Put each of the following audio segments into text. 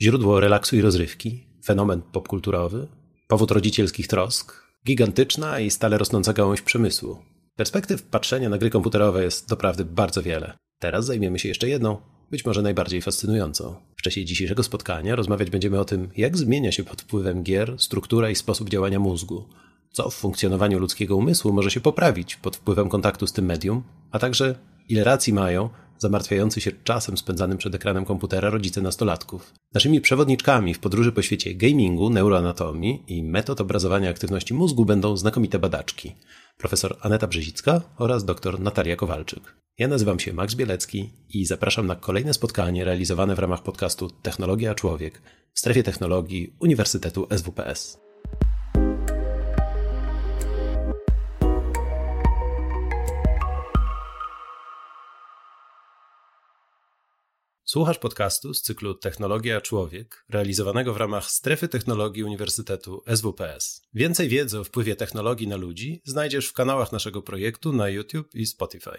źródło relaksu i rozrywki, fenomen popkulturowy, powód rodzicielskich trosk, gigantyczna i stale rosnąca gałąź przemysłu. Perspektyw patrzenia na gry komputerowe jest doprawdy bardzo wiele. Teraz zajmiemy się jeszcze jedną, być może najbardziej fascynującą. W czasie dzisiejszego spotkania rozmawiać będziemy o tym, jak zmienia się pod wpływem gier struktura i sposób działania mózgu, co w funkcjonowaniu ludzkiego umysłu może się poprawić pod wpływem kontaktu z tym medium, a także ile racji mają zamartwiający się czasem spędzanym przed ekranem komputera rodzice nastolatków. Naszymi przewodniczkami w podróży po świecie gamingu, neuroanatomii i metod obrazowania aktywności mózgu będą znakomite badaczki. Profesor Aneta Brzezicka oraz dr Natalia Kowalczyk. Ja nazywam się Max Bielecki i zapraszam na kolejne spotkanie realizowane w ramach podcastu Technologia a Człowiek w strefie technologii Uniwersytetu SWPS. Słuchasz podcastu z cyklu Technologia a Człowiek, realizowanego w ramach Strefy Technologii Uniwersytetu SWPS. Więcej wiedzy o wpływie technologii na ludzi znajdziesz w kanałach naszego projektu na YouTube i Spotify.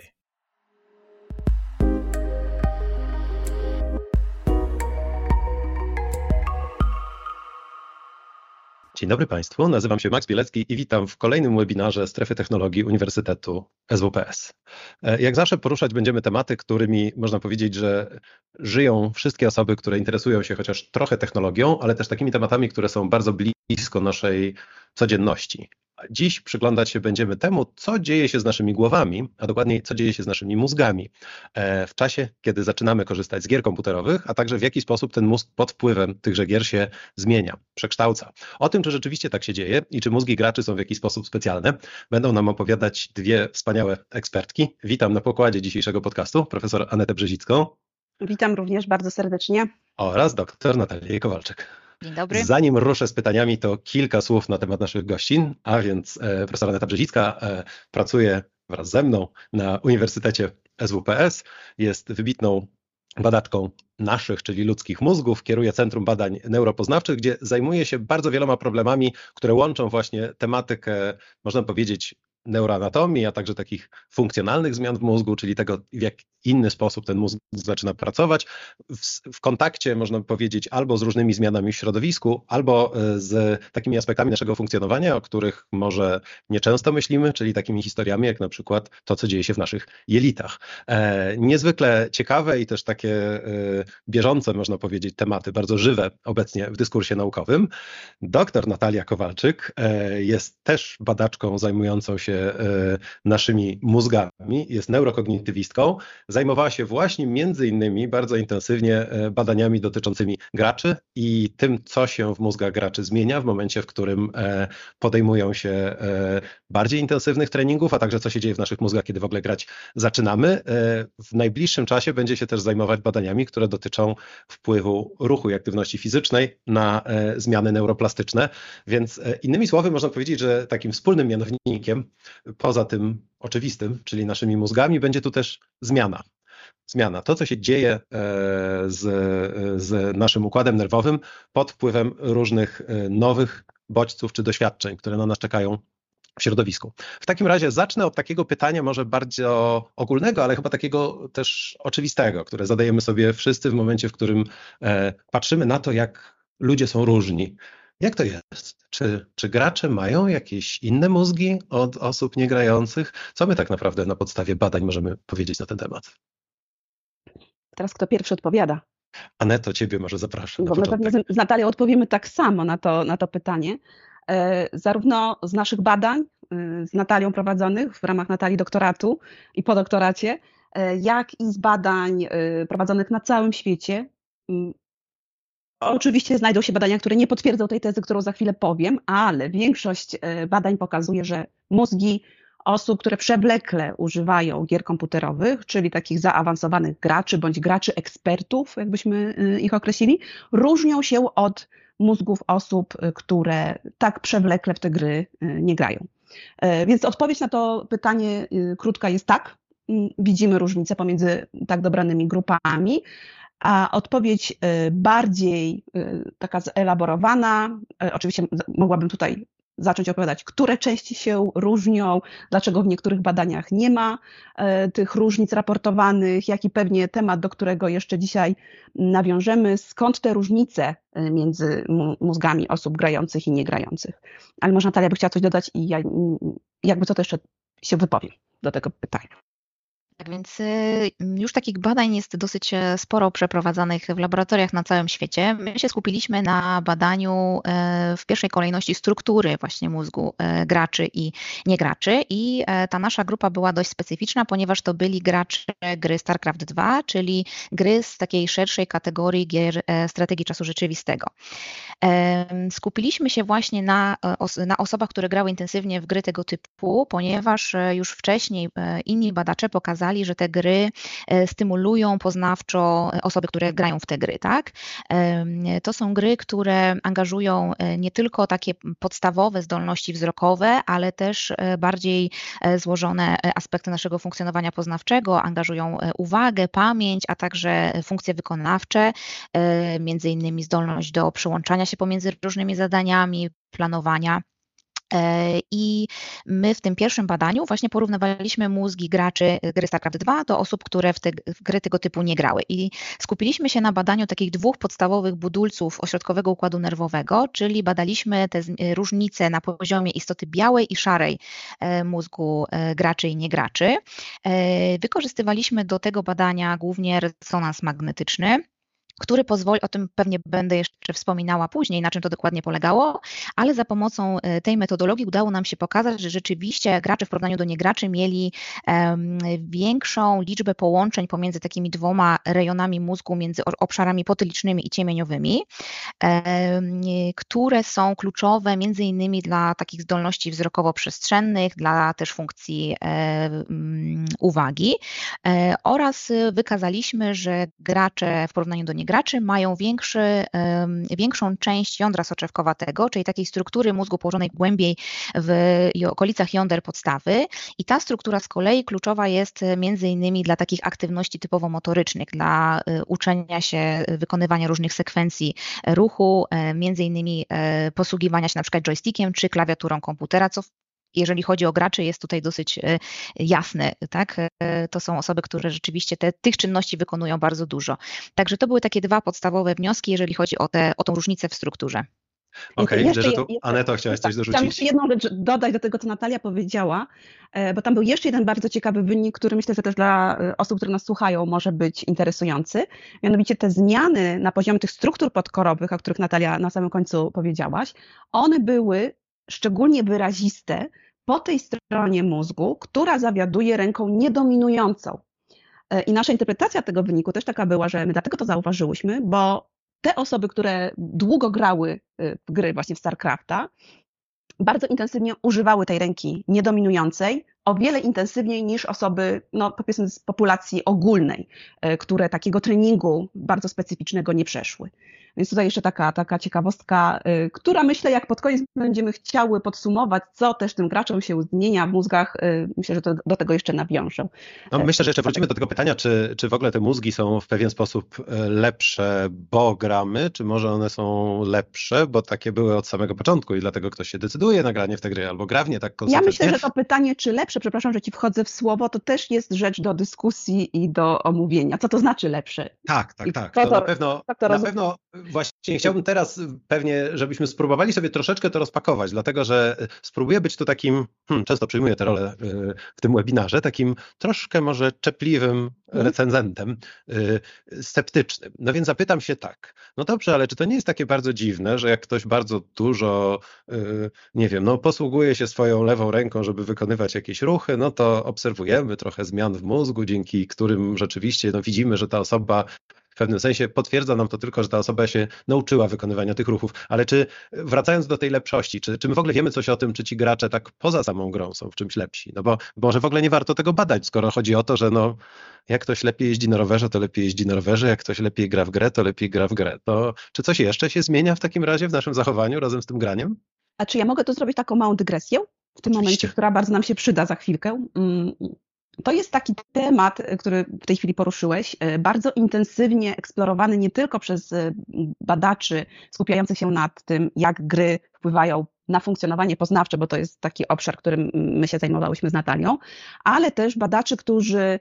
Dzień dobry Państwu, nazywam się Max Bielecki i witam w kolejnym webinarze Strefy Technologii Uniwersytetu SWPS. Jak zawsze poruszać będziemy tematy, którymi można powiedzieć, że żyją wszystkie osoby, które interesują się chociaż trochę technologią, ale też takimi tematami, które są bardzo blisko naszej codzienności. Dziś przyglądać się będziemy temu, co dzieje się z naszymi głowami, a dokładniej co dzieje się z naszymi mózgami w czasie, kiedy zaczynamy korzystać z gier komputerowych, a także w jaki sposób ten mózg pod wpływem tychże gier się zmienia, przekształca. O tym, czy rzeczywiście tak się dzieje i czy mózgi graczy są w jakiś sposób specjalne, będą nam opowiadać dwie wspaniałe ekspertki. Witam na pokładzie dzisiejszego podcastu profesor Anetę Brzezicką. Witam również bardzo serdecznie. Oraz dr Natalię Kowalczyk. Dzień dobry. Zanim ruszę z pytaniami, to kilka słów na temat naszych gościń, a więc profesor Aneta Brzezicka pracuje wraz ze mną na Uniwersytecie SWPS, jest wybitną badaczką naszych, czyli ludzkich mózgów, kieruje Centrum Badań Neuropoznawczych, gdzie zajmuje się bardzo wieloma problemami, które łączą właśnie tematykę, można powiedzieć, neuroanatomii, a także takich funkcjonalnych zmian w mózgu, czyli tego, w jak inny sposób ten mózg zaczyna pracować, w kontakcie, można powiedzieć, albo z różnymi zmianami w środowisku, albo z takimi aspektami naszego funkcjonowania, o których może nieczęsto myślimy, czyli takimi historiami, jak na przykład to, co dzieje się w naszych jelitach. Niezwykle ciekawe i też takie bieżące, można powiedzieć, tematy, bardzo żywe obecnie w dyskursie naukowym. Dr Natalia Kowalczyk jest też badaczką zajmującą się naszymi mózgami, jest neurokognitywistką, zajmowała się właśnie między innymi bardzo intensywnie badaniami dotyczącymi graczy i tym, co się w mózgach graczy zmienia w momencie, w którym podejmują się bardziej intensywnych treningów, a także co się dzieje w naszych mózgach, kiedy w ogóle grać zaczynamy. W najbliższym czasie będzie się też zajmować badaniami, które dotyczą wpływu ruchu i aktywności fizycznej na zmiany neuroplastyczne, więc innymi słowy można powiedzieć, że takim wspólnym mianownikiem poza tym oczywistym, czyli naszymi mózgami, będzie tu też zmiana. To, co się dzieje z naszym układem nerwowym pod wpływem różnych nowych bodźców czy doświadczeń, które na nas czekają w środowisku. W takim razie zacznę od takiego pytania może bardzo ogólnego, ale chyba takiego też oczywistego, które zadajemy sobie wszyscy w momencie, w którym patrzymy na to, jak ludzie są różni. Jak to jest? Czy gracze mają jakieś inne mózgi od osób niegrających? Co my tak naprawdę na podstawie badań możemy powiedzieć na ten temat? Teraz kto pierwszy odpowiada? Aneto, ciebie może zapraszam. Bo my pewnie z Natalią odpowiemy tak samo na to pytanie. Zarówno z naszych badań, z Natalią prowadzonych w ramach Natalii doktoratu i po doktoracie, jak i z badań prowadzonych na całym świecie. Oczywiście znajdą się badania, które nie potwierdzą tej tezy, którą za chwilę powiem, ale większość badań pokazuje, że mózgi osób, które przewlekle używają gier komputerowych, czyli takich zaawansowanych graczy bądź graczy ekspertów, jakbyśmy ich określili, różnią się od mózgów osób, które tak przewlekle w te gry nie grają. Więc odpowiedź na to pytanie krótka jest tak. Widzimy różnicę pomiędzy tak dobranymi grupami. A odpowiedź bardziej taka zelaborowana, oczywiście mogłabym tutaj zacząć opowiadać, które części się różnią, dlaczego w niektórych badaniach nie ma tych różnic raportowanych, jaki pewnie temat, do którego jeszcze dzisiaj nawiążemy, skąd te różnice między mózgami osób grających i niegrających. Ale może Natalia by chciała coś dodać i ja jakby co to jeszcze się wypowiem do tego pytania. Tak więc już takich badań jest dosyć sporo przeprowadzanych w laboratoriach na całym świecie. My się skupiliśmy na badaniu w pierwszej kolejności struktury właśnie mózgu graczy i niegraczy i ta nasza grupa była dość specyficzna, ponieważ to byli gracze gry StarCraft 2, czyli gry z takiej szerszej kategorii gier strategii czasu rzeczywistego. Skupiliśmy się właśnie na osobach, które grały intensywnie w gry tego typu, ponieważ już wcześniej inni badacze pokazali, że te gry stymulują poznawczo osoby, które grają w te gry, tak? To są gry, które angażują nie tylko takie podstawowe zdolności wzrokowe, ale też bardziej złożone aspekty naszego funkcjonowania poznawczego, angażują uwagę, pamięć, a także funkcje wykonawcze, między innymi zdolność do przełączania się pomiędzy różnymi zadaniami, planowania. I my w tym pierwszym badaniu właśnie porównywaliśmy mózgi graczy gry StarCraft 2 do osób, które w gry tego typu nie grały. I skupiliśmy się na badaniu takich dwóch podstawowych budulców ośrodkowego układu nerwowego, czyli badaliśmy te różnice na poziomie istoty białej i szarej mózgu graczy i niegraczy. Wykorzystywaliśmy do tego badania głównie rezonans magnetyczny, który pozwoli, o tym pewnie będę jeszcze wspominała później, na czym to dokładnie polegało, ale za pomocą tej metodologii udało nam się pokazać, że rzeczywiście gracze w porównaniu do niegraczy mieli większą liczbę połączeń pomiędzy takimi dwoma rejonami mózgu, między obszarami potylicznymi i ciemieniowymi, które są kluczowe między innymi dla takich zdolności wzrokowo-przestrzennych, dla też funkcji uwagi oraz wykazaliśmy, że gracze w porównaniu do niegraczy mają większą część jądra soczewkowatego, czyli takiej struktury mózgu położonej głębiej w okolicach jąder podstawy i ta struktura z kolei kluczowa jest między innymi dla takich aktywności typowo motorycznych, dla uczenia się wykonywania różnych sekwencji ruchu, między innymi posługiwania się na przykład joystickiem czy klawiaturą komputera, co jeżeli chodzi o graczy, jest tutaj dosyć jasne, tak? To są osoby, które rzeczywiście tych czynności wykonują bardzo dużo. Także to były takie dwa podstawowe wnioski, jeżeli chodzi o tą różnicę w strukturze. Okej, widzę, że tu Aneto chciałaś coś dorzucić. Chciałam jeszcze jedną rzecz dodać do tego, co Natalia powiedziała, bo tam był jeszcze jeden bardzo ciekawy wynik, który myślę, że też dla osób, które nas słuchają, może być interesujący. Mianowicie te zmiany na poziomie tych struktur podkorowych, o których Natalia na samym końcu powiedziałaś, one były szczególnie wyraziste po tej stronie mózgu, która zawiaduje ręką niedominującą. I nasza interpretacja tego wyniku też taka była, że my dlatego to zauważyłyśmy, bo te osoby, które długo grały w gry właśnie w StarCrafta, bardzo intensywnie używały tej ręki niedominującej, o wiele intensywniej niż osoby, no powiedzmy z populacji ogólnej, które takiego treningu bardzo specyficznego nie przeszły. Więc tutaj jeszcze taka ciekawostka, która myślę, jak pod koniec będziemy chciały podsumować, co też tym graczom się zmienia w mózgach, myślę, że to do tego jeszcze nawiążę. No, myślę, że jeszcze wrócimy do tego pytania, czy w ogóle te mózgi są w pewien sposób lepsze, bo gramy, czy może one są lepsze, bo takie były od samego początku i dlatego ktoś się decyduje na granie w te gry albo gra w nie tak konsekwentnie. Ja myślę, że to pytanie, czy lepsze, przepraszam, że ci wchodzę w słowo, to też jest rzecz do dyskusji i do omówienia. Co to znaczy lepsze? Tak. To na pewno właśnie chciałbym teraz pewnie, żebyśmy spróbowali sobie troszeczkę to rozpakować, dlatego że spróbuję być tu takim, często przyjmuję tę rolę w tym webinarze, takim troszkę może czepliwym recenzentem, sceptycznym. No więc zapytam się tak, no dobrze, ale czy to nie jest takie bardzo dziwne, że jak ktoś bardzo dużo, nie wiem, no posługuje się swoją lewą ręką, żeby wykonywać jakieś ruchy, no to obserwujemy trochę zmian w mózgu, dzięki którym rzeczywiście no, widzimy, że ta osoba w pewnym sensie potwierdza nam to tylko, że ta osoba się nauczyła wykonywania tych ruchów. Ale czy wracając do tej lepszości, czy my w ogóle wiemy coś o tym, czy ci gracze tak poza samą grą są w czymś lepsi? No bo może w ogóle nie warto tego badać, skoro chodzi o to, że no, jak ktoś lepiej jeździ na rowerze, to lepiej jeździ na rowerze, jak ktoś lepiej gra w grę, to lepiej gra w grę. To czy coś jeszcze się zmienia w takim razie w naszym zachowaniu razem z tym graniem? A czy ja mogę tu zrobić taką małą dygresję w tym momencie, która bardzo nam się przyda za chwilkę? To jest taki temat, który w tej chwili poruszyłeś, bardzo intensywnie eksplorowany nie tylko przez badaczy skupiających się nad tym, jak gry wpływają na funkcjonowanie poznawcze, bo to jest taki obszar, którym my się zajmowałyśmy z Natalią, ale też badaczy, którzy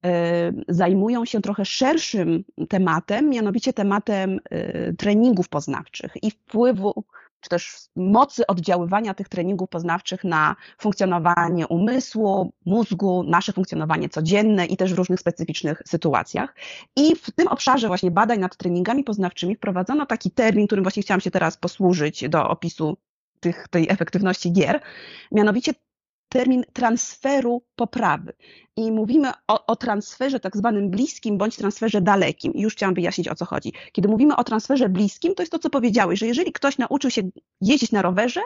zajmują się trochę szerszym tematem, mianowicie tematem treningów poznawczych i wpływu, czy też mocy oddziaływania tych treningów poznawczych na funkcjonowanie umysłu, mózgu, nasze funkcjonowanie codzienne i też w różnych specyficznych sytuacjach. I w tym obszarze właśnie badań nad treningami poznawczymi wprowadzono taki termin, którym właśnie chciałam się teraz posłużyć do opisu tej efektywności gier, mianowicie termin transferu poprawy. I mówimy o transferze tak zwanym bliskim bądź transferze dalekim. I już chciałam wyjaśnić, o co chodzi. Kiedy mówimy o transferze bliskim, to jest to, co powiedziałeś, że jeżeli ktoś nauczył się jeździć na rowerze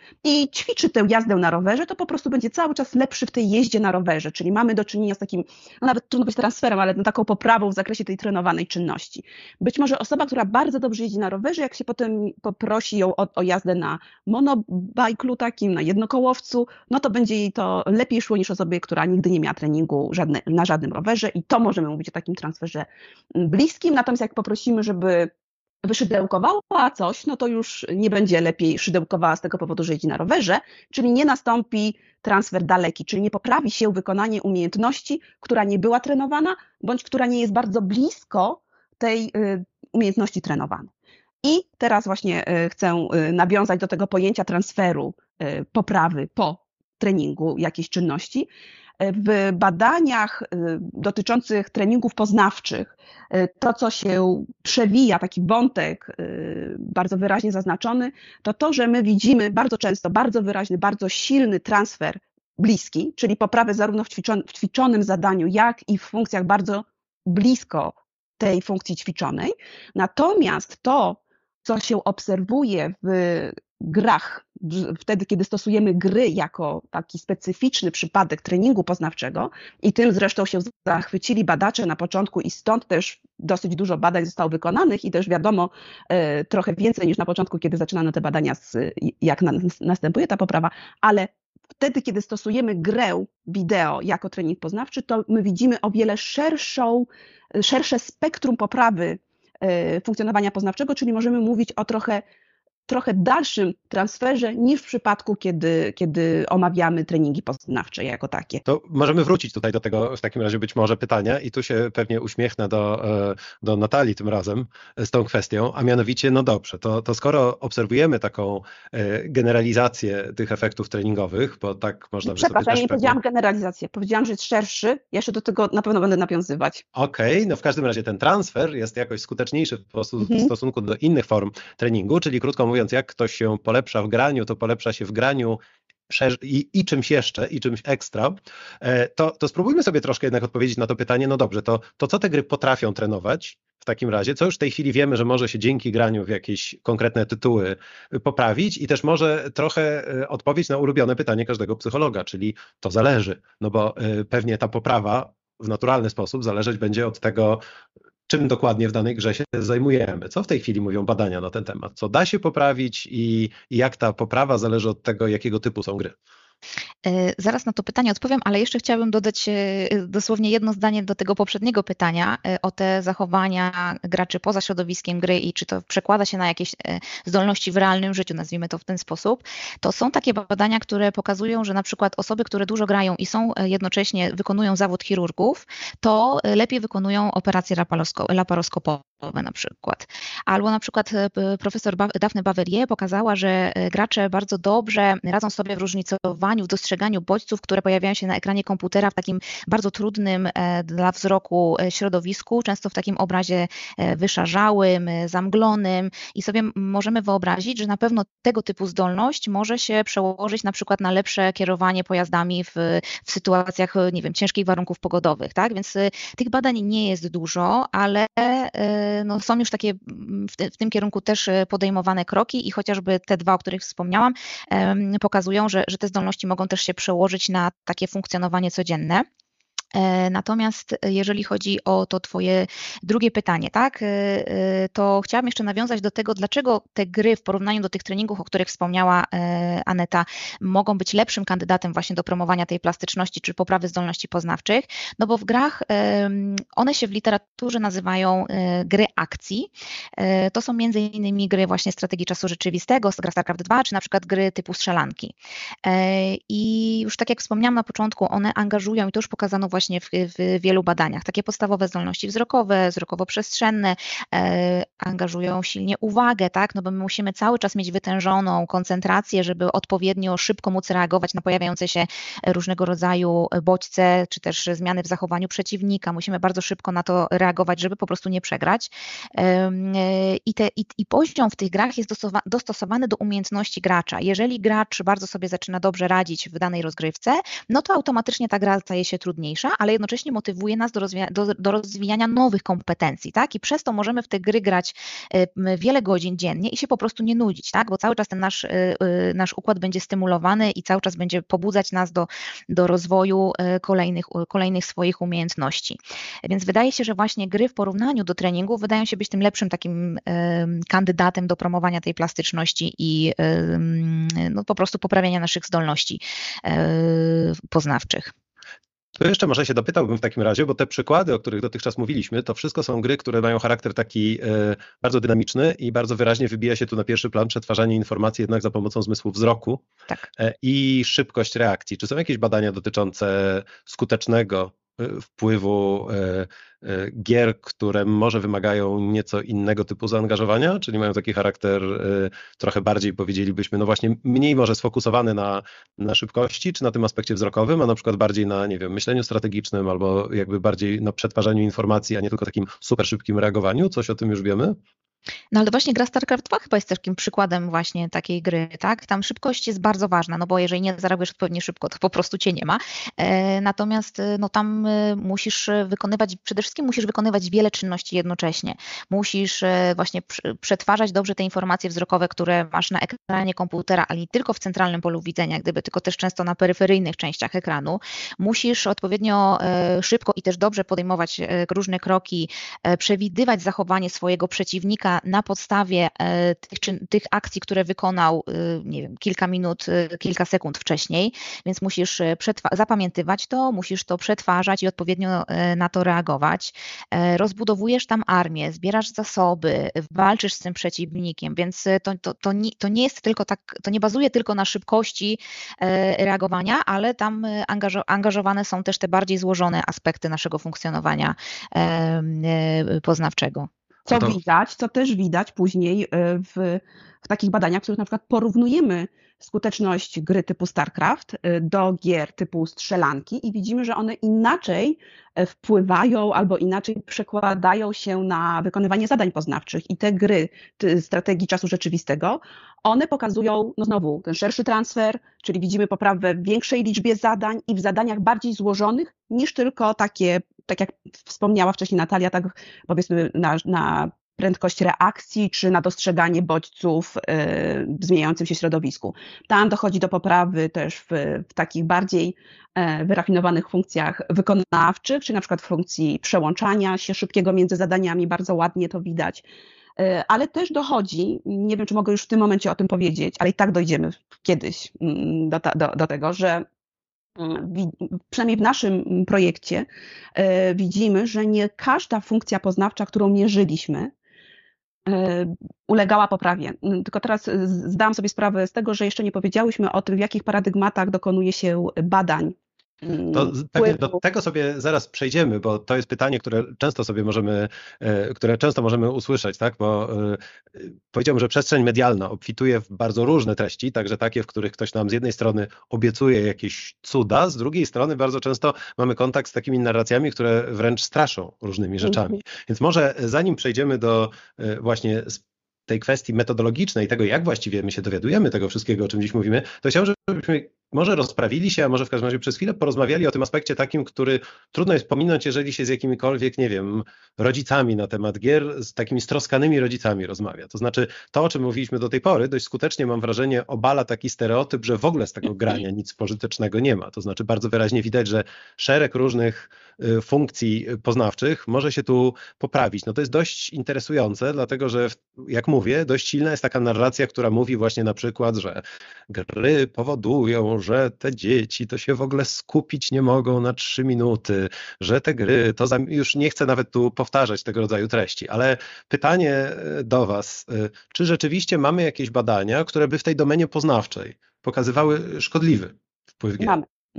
i ćwiczy tę jazdę na rowerze, to po prostu będzie cały czas lepszy w tej jeździe na rowerze. Czyli mamy do czynienia z takim, no nawet trudno być transferem, ale taką poprawą w zakresie tej trenowanej czynności. Być może osoba, która bardzo dobrze jeździ na rowerze, jak się potem poprosi ją o jazdę na monobajklu takim, na jednokołowcu, no to będzie jej to lepiej szło niż osobie, która nigdy nie miała treningu na żadnym rowerze i to możemy mówić o takim transferze bliskim. Natomiast jak poprosimy, żeby wyszydełkowała coś, no to już nie będzie lepiej szydełkowała z tego powodu, że jeździ na rowerze, czyli nie nastąpi transfer daleki, czyli nie poprawi się wykonanie umiejętności, która nie była trenowana, bądź która nie jest bardzo blisko tej umiejętności trenowanej. I teraz właśnie chcę nawiązać do tego pojęcia transferu, poprawy po treningu jakiejś czynności. W badaniach dotyczących treningów poznawczych to, co się przewija, taki wątek bardzo wyraźnie zaznaczony, to, że my widzimy bardzo często bardzo wyraźny, bardzo silny transfer bliski, czyli poprawę zarówno w ćwiczonym zadaniu, jak i w funkcjach bardzo blisko tej funkcji ćwiczonej. Natomiast to, co się obserwuje w grach, wtedy, kiedy stosujemy gry jako taki specyficzny przypadek treningu poznawczego i tym zresztą się zachwycili badacze na początku i stąd też dosyć dużo badań zostało wykonanych i też wiadomo trochę więcej niż na początku, kiedy zaczynano te badania, jak następuje ta poprawa, ale wtedy, kiedy stosujemy grę wideo jako trening poznawczy, to my widzimy o wiele szersze spektrum poprawy funkcjonowania poznawczego, czyli możemy mówić o trochę dalszym transferze niż w przypadku, kiedy omawiamy treningi poznawcze jako takie. To możemy wrócić tutaj do tego w takim razie być może pytania i tu się pewnie uśmiechnę do Natalii tym razem z tą kwestią, a mianowicie, no dobrze, to skoro obserwujemy taką generalizację tych efektów treningowych, bo tak można by sobie Przepraszam, też ja nie powiedziałam generalizację, powiedziałam, że jest szerszy, jeszcze do tego na pewno będę nawiązywać. Okej, no w każdym razie ten transfer jest jakoś skuteczniejszy w stosunku do innych form treningu, czyli krótko mówiąc, jak ktoś się polepsza w graniu, to polepsza się w graniu i czymś jeszcze, i czymś ekstra, to spróbujmy sobie troszkę jednak odpowiedzieć na to pytanie, no dobrze, to co te gry potrafią trenować w takim razie, co już w tej chwili wiemy, że może się dzięki graniu w jakieś konkretne tytuły poprawić i też może trochę odpowiedź na ulubione pytanie każdego psychologa, czyli to zależy, no bo pewnie ta poprawa w naturalny sposób zależeć będzie od tego, czym dokładnie w danej grze się zajmujemy. Co w tej chwili mówią badania na ten temat? Co da się poprawić i jak ta poprawa zależy od tego, jakiego typu są gry? Zaraz na to pytanie odpowiem, ale jeszcze chciałabym dodać dosłownie jedno zdanie do tego poprzedniego pytania o te zachowania graczy poza środowiskiem gry i czy to przekłada się na jakieś zdolności w realnym życiu, nazwijmy to w ten sposób. To są takie badania, które pokazują, że na przykład osoby, które dużo grają i jednocześnie wykonują zawód chirurgów, to lepiej wykonują operacje laparoskopowe na przykład. Albo na przykład profesor Daphne Bavelier pokazała, że gracze bardzo dobrze radzą sobie w różnicowaniu, w dostrzeganiu bodźców, które pojawiają się na ekranie komputera w takim bardzo trudnym dla wzroku środowisku, często w takim obrazie wyszarzałym, zamglonym i sobie możemy wyobrazić, że na pewno tego typu zdolność może się przełożyć na przykład na lepsze kierowanie pojazdami w sytuacjach, nie wiem, ciężkich warunków pogodowych, tak? Więc tych badań nie jest dużo, ale no, są już takie w tym kierunku też podejmowane kroki i chociażby te dwa, o których wspomniałam, pokazują, że te zdolności mogą też się przełożyć na takie funkcjonowanie codzienne. Natomiast jeżeli chodzi o to twoje drugie pytanie, tak, to chciałam jeszcze nawiązać do tego, dlaczego te gry w porównaniu do tych treningów, o których wspomniała Aneta, mogą być lepszym kandydatem właśnie do promowania tej plastyczności czy poprawy zdolności poznawczych, no bo w grach one się w literaturze nazywają gry akcji. To są między innymi gry właśnie strategii czasu rzeczywistego, gra StarCraft 2, czy na przykład gry typu strzelanki. I już tak jak wspomniałam na początku, one angażują, i to już pokazano właśnie w wielu badaniach, takie podstawowe zdolności wzrokowe, wzrokowo-przestrzenne, angażują silnie uwagę, tak, no bo my musimy cały czas mieć wytężoną koncentrację, żeby odpowiednio szybko móc reagować na pojawiające się różnego rodzaju bodźce, czy też zmiany w zachowaniu przeciwnika. Musimy bardzo szybko na to reagować, żeby po prostu nie przegrać. I poziom w tych grach jest dostosowany do umiejętności gracza. Jeżeli gracz bardzo sobie zaczyna dobrze radzić w danej rozgrywce, no to automatycznie ta gra staje się trudniejsza, ale jednocześnie motywuje nas do rozwijania nowych kompetencji, tak? I przez to możemy w te gry grać wiele godzin dziennie i się po prostu nie nudzić, tak? Bo cały czas ten nasz układ będzie stymulowany i cały czas będzie pobudzać nas do rozwoju kolejnych swoich umiejętności. Więc wydaje się, że właśnie gry w porównaniu do treningu wydają się być tym lepszym takim kandydatem do promowania tej plastyczności i no, po prostu poprawiania naszych zdolności poznawczych. To jeszcze może się dopytałbym w takim razie, bo te przykłady, o których dotychczas mówiliśmy, to wszystko są gry, które mają charakter taki bardzo dynamiczny i bardzo wyraźnie wybija się tu na pierwszy plan przetwarzanie informacji jednak za pomocą zmysłu wzroku, tak, i szybkość reakcji. Czy są jakieś badania dotyczące skutecznego wpływu gier, które może wymagają nieco innego typu zaangażowania, czyli mają taki charakter trochę bardziej, powiedzielibyśmy, no właśnie mniej może sfokusowany na szybkości, czy na tym aspekcie wzrokowym, a na przykład bardziej na, nie wiem, myśleniu strategicznym albo jakby bardziej na przetwarzaniu informacji, a nie tylko takim super szybkim reagowaniu? Coś o tym już wiemy? No ale właśnie gra StarCraft 2 chyba jest takim przykładem właśnie takiej gry, tak? Tam szybkość jest bardzo ważna, no bo jeżeli nie zareagujesz odpowiednio szybko, to po prostu cię nie ma. Natomiast no tam przede wszystkim musisz wykonywać wiele czynności jednocześnie. Musisz właśnie przetwarzać dobrze te informacje wzrokowe, które masz na ekranie komputera, ale nie tylko w centralnym polu widzenia, tylko też często na peryferyjnych częściach ekranu. Musisz odpowiednio szybko i też dobrze podejmować różne kroki, przewidywać zachowanie swojego przeciwnika na podstawie tych akcji, które wykonał, nie wiem, kilka minut, kilka sekund wcześniej, więc musisz zapamiętywać to, musisz to przetwarzać i odpowiednio na to reagować. Rozbudowujesz tam armię, zbierasz zasoby, walczysz z tym przeciwnikiem, więc to nie jest tylko tak, to nie bazuje tylko na szybkości reagowania, ale tam angażowane są też te bardziej złożone aspekty naszego funkcjonowania poznawczego. Co też widać później w takich badaniach, w których na przykład porównujemy skuteczność gry typu StarCraft do gier typu strzelanki i widzimy, że one inaczej wpływają albo inaczej przekładają się na wykonywanie zadań poznawczych. I te gry strategii czasu rzeczywistego, one pokazują, no znowu, ten szerszy transfer, czyli widzimy poprawę w większej liczbie zadań i w zadaniach bardziej złożonych niż tylko takie, tak jak wspomniała wcześniej Natalia, tak powiedzmy na prędkość reakcji, czy na dostrzeganie bodźców w zmieniającym się środowisku. Tam dochodzi do poprawy też w takich bardziej wyrafinowanych funkcjach wykonawczych, czy na przykład funkcji przełączania się szybkiego między zadaniami, bardzo ładnie to widać. Ale też dochodzi, nie wiem, czy mogę już w tym momencie o tym powiedzieć, ale i tak dojdziemy kiedyś do tego, że przynajmniej w naszym projekcie widzimy, że nie każda funkcja poznawcza, którą mierzyliśmy, ulegała poprawie. Tylko teraz zdałam sobie sprawę z tego, że jeszcze nie powiedziałyśmy o tym, w jakich paradygmatach dokonuje się badań. To pewnie do tego sobie zaraz przejdziemy, bo to jest pytanie, które często możemy usłyszeć, tak? Bo powiedziałbym, że przestrzeń medialna obfituje w bardzo różne treści, także takie, w których ktoś nam z jednej strony obiecuje jakieś cuda, z drugiej strony bardzo często mamy kontakt z takimi narracjami, które wręcz straszą różnymi rzeczami. Więc może zanim przejdziemy do właśnie tej kwestii metodologicznej, tego jak właściwie my się dowiadujemy tego wszystkiego, o czym dziś mówimy, to chciałbym, żebyśmy może rozprawili się, a może w każdym razie przez chwilę porozmawiali o tym aspekcie takim, który trudno jest pominąć, jeżeli się z jakimikolwiek, nie wiem, rodzicami na temat gier, z takimi stroskanymi rodzicami rozmawia. To znaczy to, o czym mówiliśmy do tej pory, dość skutecznie, mam wrażenie, obala taki stereotyp, że w ogóle z tego grania nic pożytecznego nie ma. To znaczy bardzo wyraźnie widać, że szereg różnych funkcji poznawczych może się tu poprawić. No to jest dość interesujące, dlatego że, jak mówię, dość silna jest taka narracja, która mówi właśnie na przykład, że gry powodują, że te dzieci to się w ogóle skupić nie mogą na 3 minuty, że te gry, to już nie chcę nawet tu powtarzać tego rodzaju treści, ale pytanie do Was, czy rzeczywiście mamy jakieś badania, które by w tej domenie poznawczej pokazywały szkodliwy wpływ gier?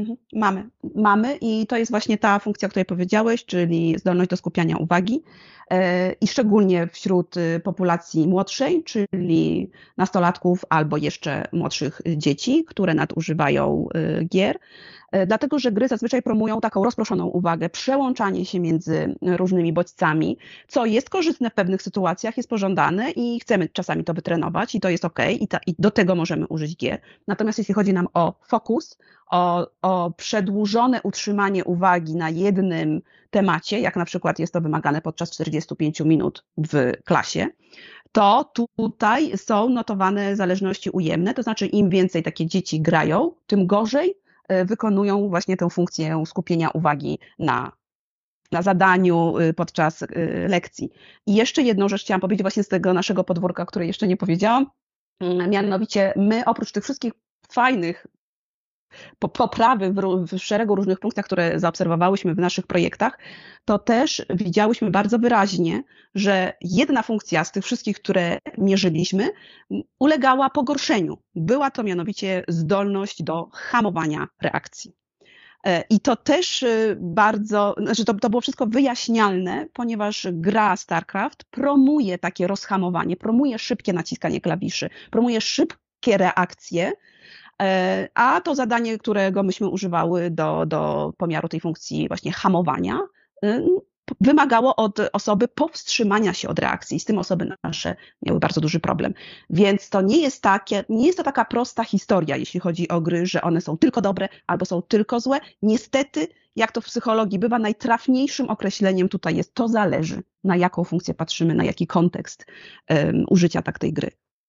Mamy i to jest właśnie ta funkcja, o której powiedziałeś, czyli zdolność do skupiania uwagi i szczególnie wśród populacji młodszej, czyli nastolatków albo jeszcze młodszych dzieci, które nadużywają gier, dlatego że gry zazwyczaj promują taką rozproszoną uwagę, przełączanie się między różnymi bodźcami, co jest korzystne w pewnych sytuacjach, jest pożądane i chcemy czasami to wytrenować i to jest okej, i do tego możemy użyć gier. Natomiast jeśli chodzi nam o fokus, o przedłużone utrzymanie uwagi na jednym temacie, jak na przykład jest to wymagane podczas 45 minut w klasie, to tutaj są notowane zależności ujemne, to znaczy im więcej takie dzieci grają, tym gorzej wykonują właśnie tę funkcję skupienia uwagi na zadaniu podczas lekcji. I jeszcze jedną rzecz chciałam powiedzieć właśnie z tego naszego podwórka, której jeszcze nie powiedziałam, mianowicie my oprócz tych wszystkich fajnych poprawy w szeregu różnych punktach, które zaobserwowałyśmy w naszych projektach, to też widziałyśmy bardzo wyraźnie, że jedna funkcja z tych wszystkich, które mierzyliśmy, ulegała pogorszeniu. Była to mianowicie zdolność do hamowania reakcji. I to też to było wszystko wyjaśnialne, ponieważ gra StarCraft promuje takie rozhamowanie, promuje szybkie naciskanie klawiszy, promuje szybkie reakcje, a to zadanie, którego myśmy używały do pomiaru tej funkcji właśnie hamowania, wymagało od osoby powstrzymania się od reakcji. Z tym osoby nasze miały bardzo duży problem. Więc to nie jest to taka prosta historia, jeśli chodzi o gry, że one są tylko dobre albo są tylko złe. Niestety, jak to w psychologii bywa, najtrafniejszym określeniem tutaj jest to zależy, na jaką funkcję patrzymy, na jaki kontekst użycia tej gry.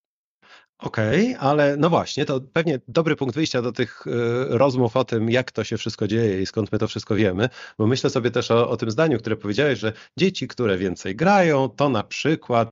Okej, ale no właśnie, to pewnie dobry punkt wyjścia do tych rozmów o tym, jak to się wszystko dzieje i skąd my to wszystko wiemy, bo myślę sobie też o tym zdaniu, które powiedziałeś, że dzieci, które więcej grają, to na przykład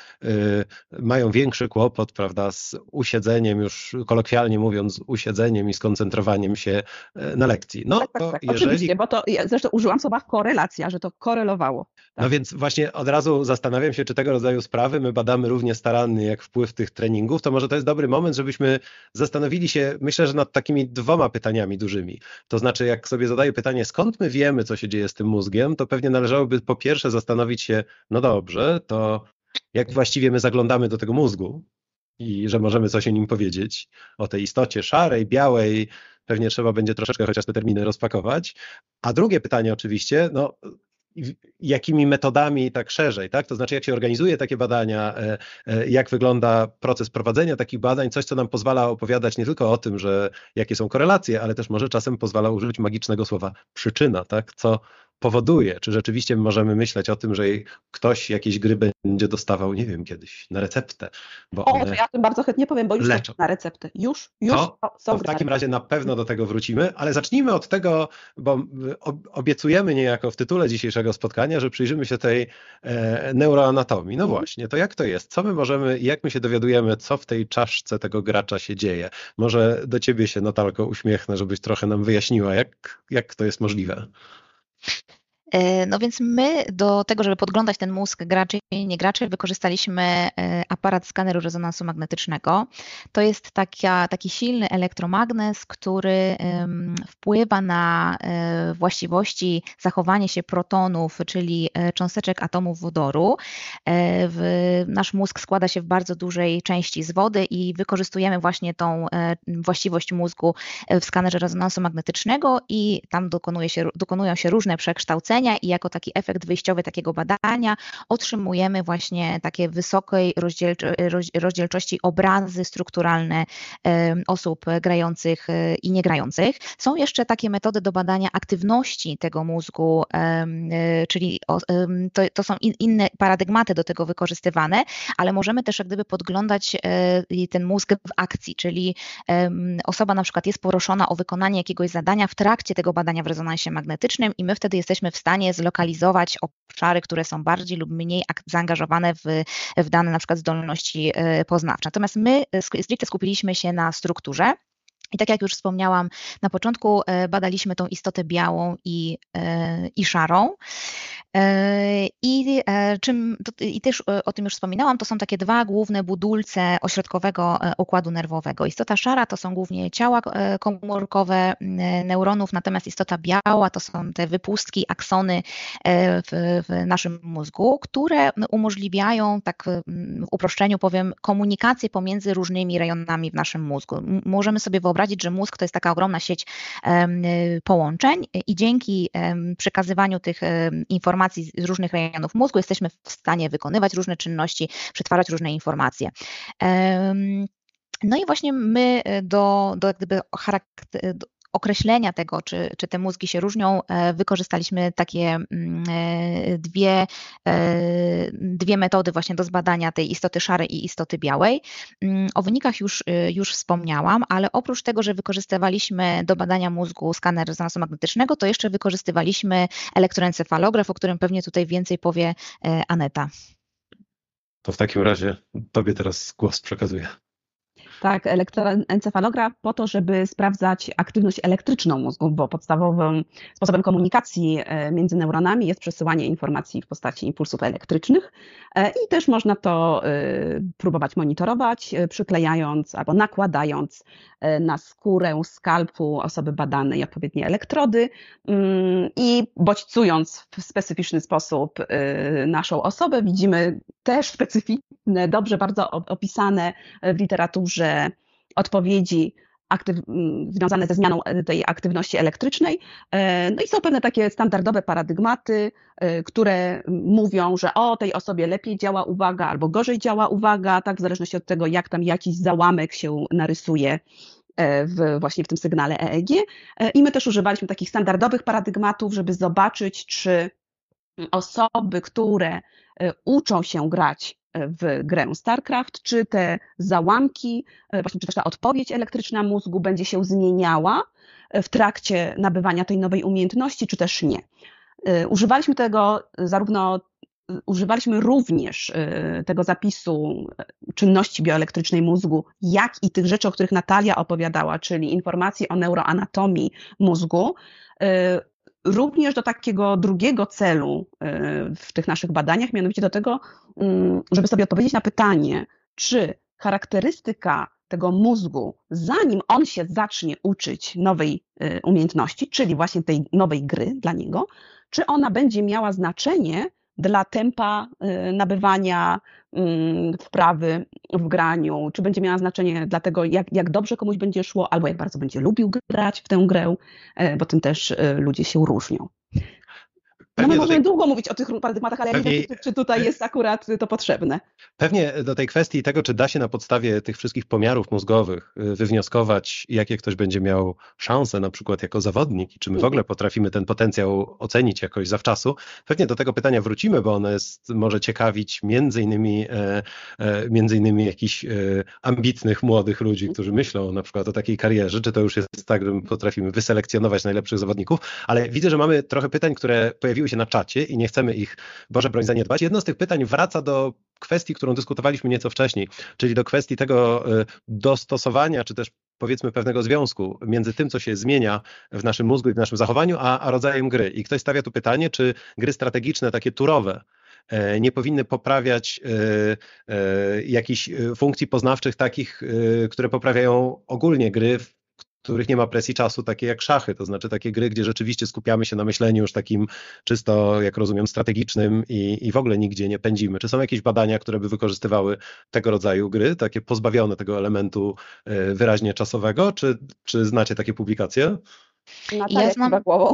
mają większy kłopot, prawda, z usiedzeniem, już kolokwialnie mówiąc, z usiedzeniem i skoncentrowaniem się na lekcji. No Tak. Oczywiście, bo to ja zresztą użyłam słowa korelacja, że to korelowało. Tak. No więc właśnie od razu zastanawiam się, czy tego rodzaju sprawy my badamy równie starannie jak wpływ tych treningów, to może to jest dobry moment, żebyśmy zastanowili się, myślę, że nad takimi 2 pytaniami dużymi. To znaczy, jak sobie zadaję pytanie, skąd my wiemy, co się dzieje z tym mózgiem, to pewnie należałoby po pierwsze zastanowić się, no dobrze, to jak właściwie my zaglądamy do tego mózgu i że możemy coś o nim powiedzieć, o tej istocie szarej, białej, pewnie trzeba będzie troszeczkę chociaż te terminy rozpakować. A drugie pytanie oczywiście, no jakimi metodami tak szerzej, tak? To znaczy jak się organizuje takie badania, jak wygląda proces prowadzenia takich badań, coś co nam pozwala opowiadać nie tylko o tym, że jakie są korelacje, ale też może czasem pozwala użyć magicznego słowa przyczyna, tak? Co powoduje, czy rzeczywiście możemy myśleć o tym, że ktoś jakieś gry będzie dostawał, nie wiem, kiedyś na receptę. Bo to ja o tym bardzo chętnie powiem, bo już leczą. Na receptę. Już to w takim razie na pewno do tego wrócimy, ale zacznijmy od tego, bo obiecujemy niejako w tytule dzisiejszego spotkania, że przyjrzymy się tej neuroanatomii. No właśnie, to jak to jest? Co my możemy, jak my się dowiadujemy, co w tej czaszce tego gracza się dzieje? Może do ciebie się, Natalko, uśmiechnę, żebyś trochę nam wyjaśniła, jak to jest możliwe. No więc my do tego, żeby podglądać ten mózg graczy i niegraczy, wykorzystaliśmy aparat skaneru rezonansu magnetycznego. To jest taki silny elektromagnes, który wpływa na właściwości zachowania się protonów, czyli cząsteczek atomów wodoru. Nasz mózg składa się w bardzo dużej części z wody i wykorzystujemy właśnie tą właściwość mózgu w skanerze rezonansu magnetycznego i tam dokonują się różne przekształcenia zlecenia i jako taki efekt wyjściowy takiego badania otrzymujemy właśnie takie wysokiej rozdzielczości obrazy strukturalne osób grających i niegrających. Są jeszcze takie metody do badania aktywności tego mózgu, czyli to są inne paradygmaty do tego wykorzystywane, ale możemy też jak gdyby podglądać ten mózg w akcji, czyli osoba na przykład jest proszona o wykonanie jakiegoś zadania w trakcie tego badania w rezonansie magnetycznym i my wtedy jesteśmy w stanie zlokalizować obszary, które są bardziej lub mniej zaangażowane w dane na przykład zdolności poznawcze. Natomiast my stricte skupiliśmy się na strukturze. I tak jak już wspomniałam, na początku badaliśmy tą istotę białą i szarą. I też o tym już wspominałam, to są takie dwa główne budulce ośrodkowego układu nerwowego. Istota szara to są głównie ciała komórkowe neuronów, natomiast istota biała to są te wypustki, aksony w naszym mózgu, które umożliwiają, tak w uproszczeniu powiem, komunikację pomiędzy różnymi rejonami w naszym mózgu. Możemy sobie wyobrazić, że mózg to jest taka ogromna sieć połączeń i dzięki przekazywaniu tych informacji z różnych rejonów mózgu jesteśmy w stanie wykonywać różne czynności, przetwarzać różne informacje. No i właśnie my do określenia tego, czy te mózgi się różnią, wykorzystaliśmy takie dwie metody właśnie do zbadania tej istoty szarej i istoty białej. O wynikach już wspomniałam, ale oprócz tego, że wykorzystywaliśmy do badania mózgu skaner rezonansu magnetycznego, to jeszcze wykorzystywaliśmy elektroencefalograf, o którym pewnie tutaj więcej powie Aneta. To w takim razie tobie teraz głos przekazuję. Tak, elektroencefalograf po to, żeby sprawdzać aktywność elektryczną mózgu, bo podstawowym sposobem komunikacji między neuronami jest przesyłanie informacji w postaci impulsów elektrycznych i też można to próbować monitorować, przyklejając albo nakładając na skórę skalpu osoby badanej odpowiednie elektrody i bodźcując w specyficzny sposób naszą osobę, widzimy też specyficzne, dobrze bardzo opisane w literaturze odpowiedzi związane ze zmianą tej aktywności elektrycznej. No i są pewne takie standardowe paradygmaty, które mówią, że o tej osobie lepiej działa uwaga albo gorzej działa uwaga, tak w zależności od tego, jak tam jakiś załamek się narysuje właśnie w tym sygnale EEG. I my też używaliśmy takich standardowych paradygmatów, żeby zobaczyć, czy osoby, które uczą się grać w grę StarCraft, czy te załamki, właśnie czy też ta odpowiedź elektryczna mózgu będzie się zmieniała w trakcie nabywania tej nowej umiejętności, czy też nie. Używaliśmy również tego zapisu czynności bioelektrycznej mózgu, jak i tych rzeczy, o których Natalia opowiadała, czyli informacji o neuroanatomii mózgu, również do takiego drugiego celu w tych naszych badaniach, mianowicie do tego, żeby sobie odpowiedzieć na pytanie, czy charakterystyka tego mózgu, zanim on się zacznie uczyć nowej umiejętności, czyli właśnie tej nowej gry dla niego, czy ona będzie miała znaczenie dla tempa nabywania wprawy w graniu, czy będzie miała znaczenie dla tego, jak dobrze komuś będzie szło, albo jak bardzo będzie lubił grać w tę grę, bo tym też ludzie się różnią. No my możemy długo mówić o tych paradygmatach, ale ja nie wiem, czy tutaj jest akurat to potrzebne. Pewnie do tej kwestii tego, czy da się na podstawie tych wszystkich pomiarów mózgowych wywnioskować, jakie ktoś będzie miał szanse, na przykład jako zawodnik, i czy my w ogóle potrafimy ten potencjał ocenić jakoś zawczasu, pewnie do tego pytania wrócimy, bo ono może ciekawić między innymi jakichś ambitnych, młodych ludzi, którzy myślą na przykład o takiej karierze, czy to już jest tak, że my potrafimy wyselekcjonować najlepszych zawodników, ale widzę, że mamy trochę pytań, które pojawiły się na czacie i nie chcemy ich, Boże broń, zaniedbać. Jedno z tych pytań wraca do kwestii, którą dyskutowaliśmy nieco wcześniej, czyli do kwestii tego dostosowania, czy też powiedzmy pewnego związku między tym, co się zmienia w naszym mózgu i w naszym zachowaniu, a rodzajem gry. I ktoś stawia tu pytanie, czy gry strategiczne, takie turowe, nie powinny poprawiać jakichś funkcji poznawczych takich, które poprawiają ogólnie gry, w których nie ma presji czasu, takie jak szachy, to znaczy takie gry, gdzie rzeczywiście skupiamy się na myśleniu już takim czysto, jak rozumiem, strategicznym i w ogóle nigdzie nie pędzimy. Czy są jakieś badania, które by wykorzystywały tego rodzaju gry, takie pozbawione tego elementu wyraźnie czasowego, czy znacie takie publikacje? Natalia, ja znam głową.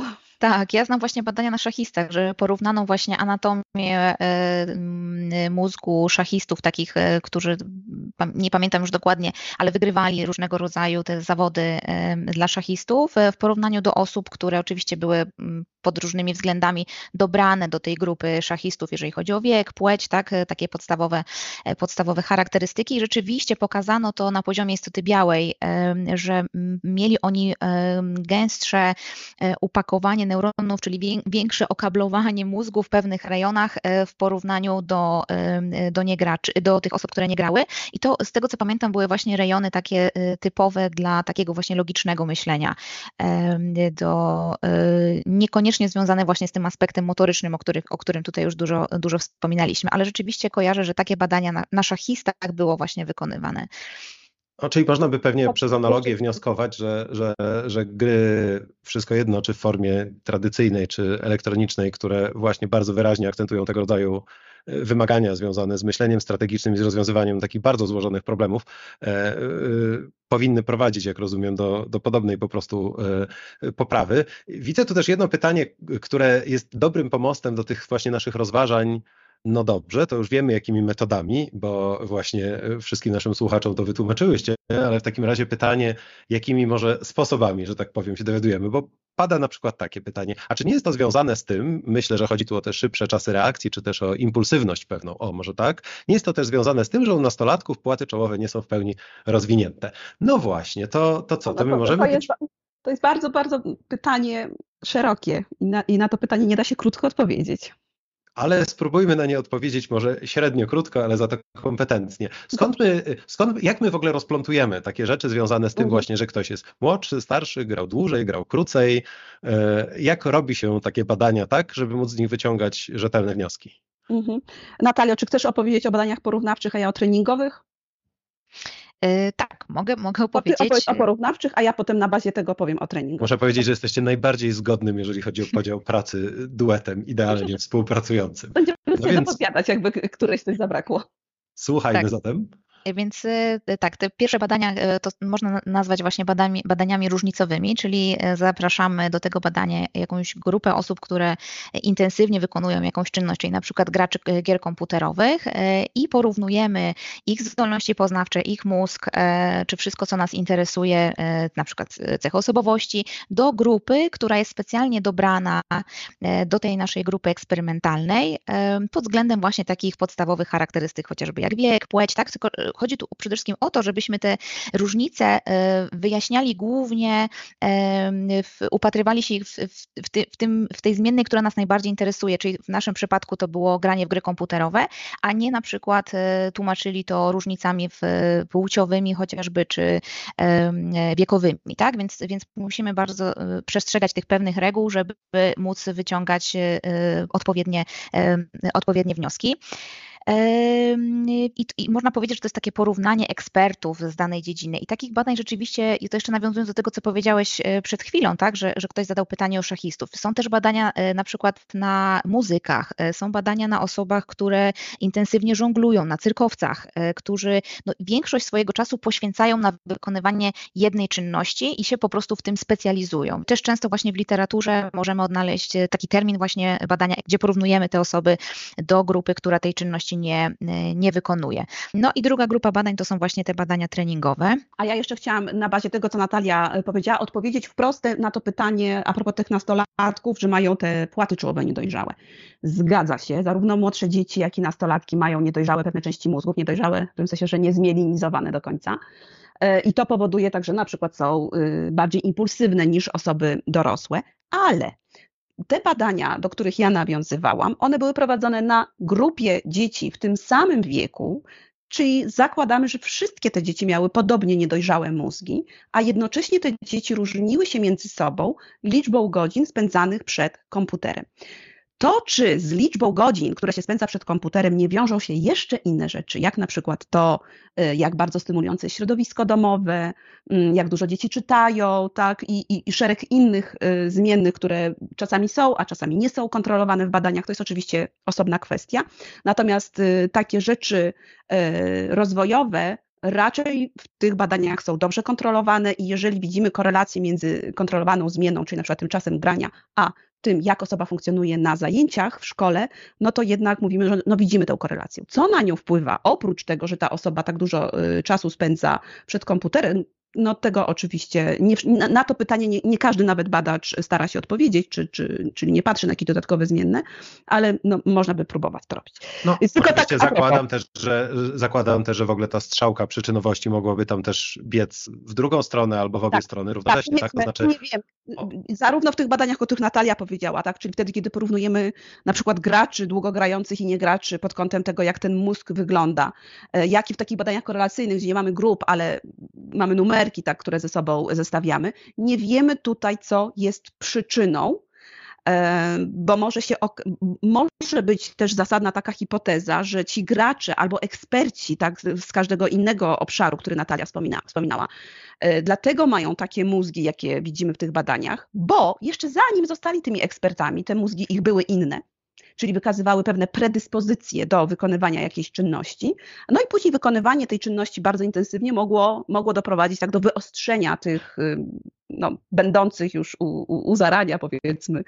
Tak, ja znam właśnie badania na szachistach, że porównano właśnie anatomię mózgu szachistów, takich, którzy, nie pamiętam już dokładnie, ale wygrywali różnego rodzaju te zawody dla szachistów, w porównaniu do osób, które oczywiście były pod różnymi względami dobrane do tej grupy szachistów, jeżeli chodzi o wiek, płeć, tak, takie podstawowe charakterystyki. I rzeczywiście pokazano to na poziomie istoty białej, że mieli oni gęstsze upakowanie neuronów, czyli większe okablowanie mózgu w pewnych rejonach w porównaniu do tych osób, które nie grały. I to z tego, co pamiętam, były właśnie rejony takie typowe dla takiego właśnie logicznego myślenia, niekoniecznie związane właśnie z tym aspektem motorycznym, o którym tutaj już dużo wspominaliśmy, ale rzeczywiście kojarzę, że takie badania na szachistach było właśnie wykonywane. Czyli można by pewnie przez analogię wnioskować, że gry, wszystko jedno, czy w formie tradycyjnej, czy elektronicznej, które właśnie bardzo wyraźnie akcentują tego rodzaju wymagania związane z myśleniem strategicznym i z rozwiązywaniem takich bardzo złożonych problemów, powinny prowadzić, jak rozumiem, do podobnej po prostu poprawy. Widzę tu też jedno pytanie, które jest dobrym pomostem do tych właśnie naszych rozważań. No dobrze, to już wiemy, jakimi metodami, bo właśnie wszystkim naszym słuchaczom to wytłumaczyłyście, ale w takim razie pytanie, jakimi może sposobami, że tak powiem, się dowiadujemy, bo pada na przykład takie pytanie, a czy nie jest to związane z tym, myślę, że chodzi tu o te szybsze czasy reakcji, czy też o impulsywność pewną, może tak, nie jest to też związane z tym, że u nastolatków płaty czołowe nie są w pełni rozwinięte. No właśnie, to co, to my możemy... To jest bardzo, bardzo pytanie szerokie i na to pytanie nie da się krótko odpowiedzieć. Ale spróbujmy na nie odpowiedzieć może średnio krótko, ale za to kompetentnie. Jak my w ogóle rozplątujemy takie rzeczy związane z tym właśnie, że ktoś jest młodszy, starszy, grał dłużej, grał krócej? Jak robi się takie badania tak, żeby móc z nich wyciągać rzetelne wnioski? Natalio, czy chcesz opowiedzieć o badaniach porównawczych, a ja o treningowych? Tak, mogę opowiedzieć. Ty opowiedz o porównawczych, a ja potem na bazie tego powiem o treningu. Muszę powiedzieć, że jesteście najbardziej zgodnym, jeżeli chodzi o podział pracy, duetem idealnie współpracującym. Będziemy sobie dopowiadać, jakby któreś coś zabrakło. Słuchajmy zatem. Więc tak, te pierwsze badania to można nazwać właśnie badaniami różnicowymi, czyli zapraszamy do tego badania jakąś grupę osób, które intensywnie wykonują jakąś czynność, czyli na przykład graczy gier komputerowych i porównujemy ich zdolności poznawcze, ich mózg, czy wszystko, co nas interesuje, na przykład cechy osobowości, do grupy, która jest specjalnie dobrana do tej naszej grupy eksperymentalnej pod względem właśnie takich podstawowych charakterystyk, chociażby jak wiek, płeć, tak? Tylko chodzi tu przede wszystkim o to, żebyśmy te różnice wyjaśniali głównie, upatrywali się w tej zmiennej, która nas najbardziej interesuje, czyli w naszym przypadku to było granie w gry komputerowe, a nie na przykład tłumaczyli to różnicami płciowymi chociażby, czy wiekowymi, tak? Więc musimy bardzo przestrzegać tych pewnych reguł, żeby móc wyciągać odpowiednie wnioski. I można powiedzieć, że to jest takie porównanie ekspertów z danej dziedziny. I takich badań rzeczywiście, i to jeszcze nawiązując do tego, co powiedziałeś przed chwilą, tak, że ktoś zadał pytanie o szachistów. Są też badania na przykład na muzykach, są badania na osobach, które intensywnie żonglują, na cyrkowcach, którzy większość swojego czasu poświęcają na wykonywanie jednej czynności i się po prostu w tym specjalizują. Też często właśnie w literaturze możemy odnaleźć taki termin właśnie badania, gdzie porównujemy te osoby do grupy, która tej czynności nie wykonuje. No i druga grupa badań to są właśnie te badania treningowe. A ja jeszcze chciałam na bazie tego, co Natalia powiedziała, odpowiedzieć wprost na to pytanie a propos tych nastolatków, że mają te płaty czołowe niedojrzałe. Zgadza się, zarówno młodsze dzieci, jak i nastolatki mają niedojrzałe pewne części mózgów, niedojrzałe w tym sensie, że niezmielinizowane do końca. I to powoduje tak, że na przykład są bardziej impulsywne niż osoby dorosłe, ale te badania, do których ja nawiązywałam, one były prowadzone na grupie dzieci w tym samym wieku, czyli zakładamy, że wszystkie te dzieci miały podobnie niedojrzałe mózgi, a jednocześnie te dzieci różniły się między sobą liczbą godzin spędzanych przed komputerem. To, czy z liczbą godzin, które się spędza przed komputerem, nie wiążą się jeszcze inne rzeczy, jak na przykład to, jak bardzo stymulujące jest środowisko domowe, jak dużo dzieci czytają, tak, i szereg innych zmiennych, które czasami są, a czasami nie są kontrolowane w badaniach, to jest oczywiście osobna kwestia. Natomiast takie rzeczy rozwojowe raczej w tych badaniach są dobrze kontrolowane i jeżeli widzimy korelację między kontrolowaną zmienną, czyli na przykład tym czasem grania, a tym, jak osoba funkcjonuje na zajęciach w szkole, no to jednak mówimy, że no widzimy tę korelację. Co na nią wpływa, oprócz tego, że ta osoba tak dużo czasu spędza przed komputerem, no tego oczywiście, na to pytanie nie każdy nawet badacz stara się odpowiedzieć, czyli nie patrzy na jakieś dodatkowe zmienne, ale no, można by próbować to robić. No, oczywiście zakładam też, że w ogóle ta strzałka przyczynowości mogłaby tam też biec w drugą stronę albo w obie strony równocześnie, tak? To znaczy... Nie wiem, zarówno w tych badaniach, o których Natalia powiedziała, tak, czyli wtedy, kiedy porównujemy na przykład graczy długogrających i niegraczy pod kątem tego, jak ten mózg wygląda, jak i w takich badaniach korelacyjnych, gdzie nie mamy grup, ale mamy numerki, tak, które ze sobą zestawiamy, nie wiemy tutaj, co jest przyczyną, bo może być też zasadna taka hipoteza, że ci gracze albo eksperci, tak, z każdego innego obszaru, który Natalia wspominała, dlatego mają takie mózgi, jakie widzimy w tych badaniach, bo jeszcze zanim zostali tymi ekspertami, te mózgi ich były inne, czyli wykazywały pewne predyspozycje do wykonywania jakiejś czynności. No i później wykonywanie tej czynności bardzo intensywnie mogło doprowadzić tak do wyostrzenia tych będących już u zarania, powiedzmy,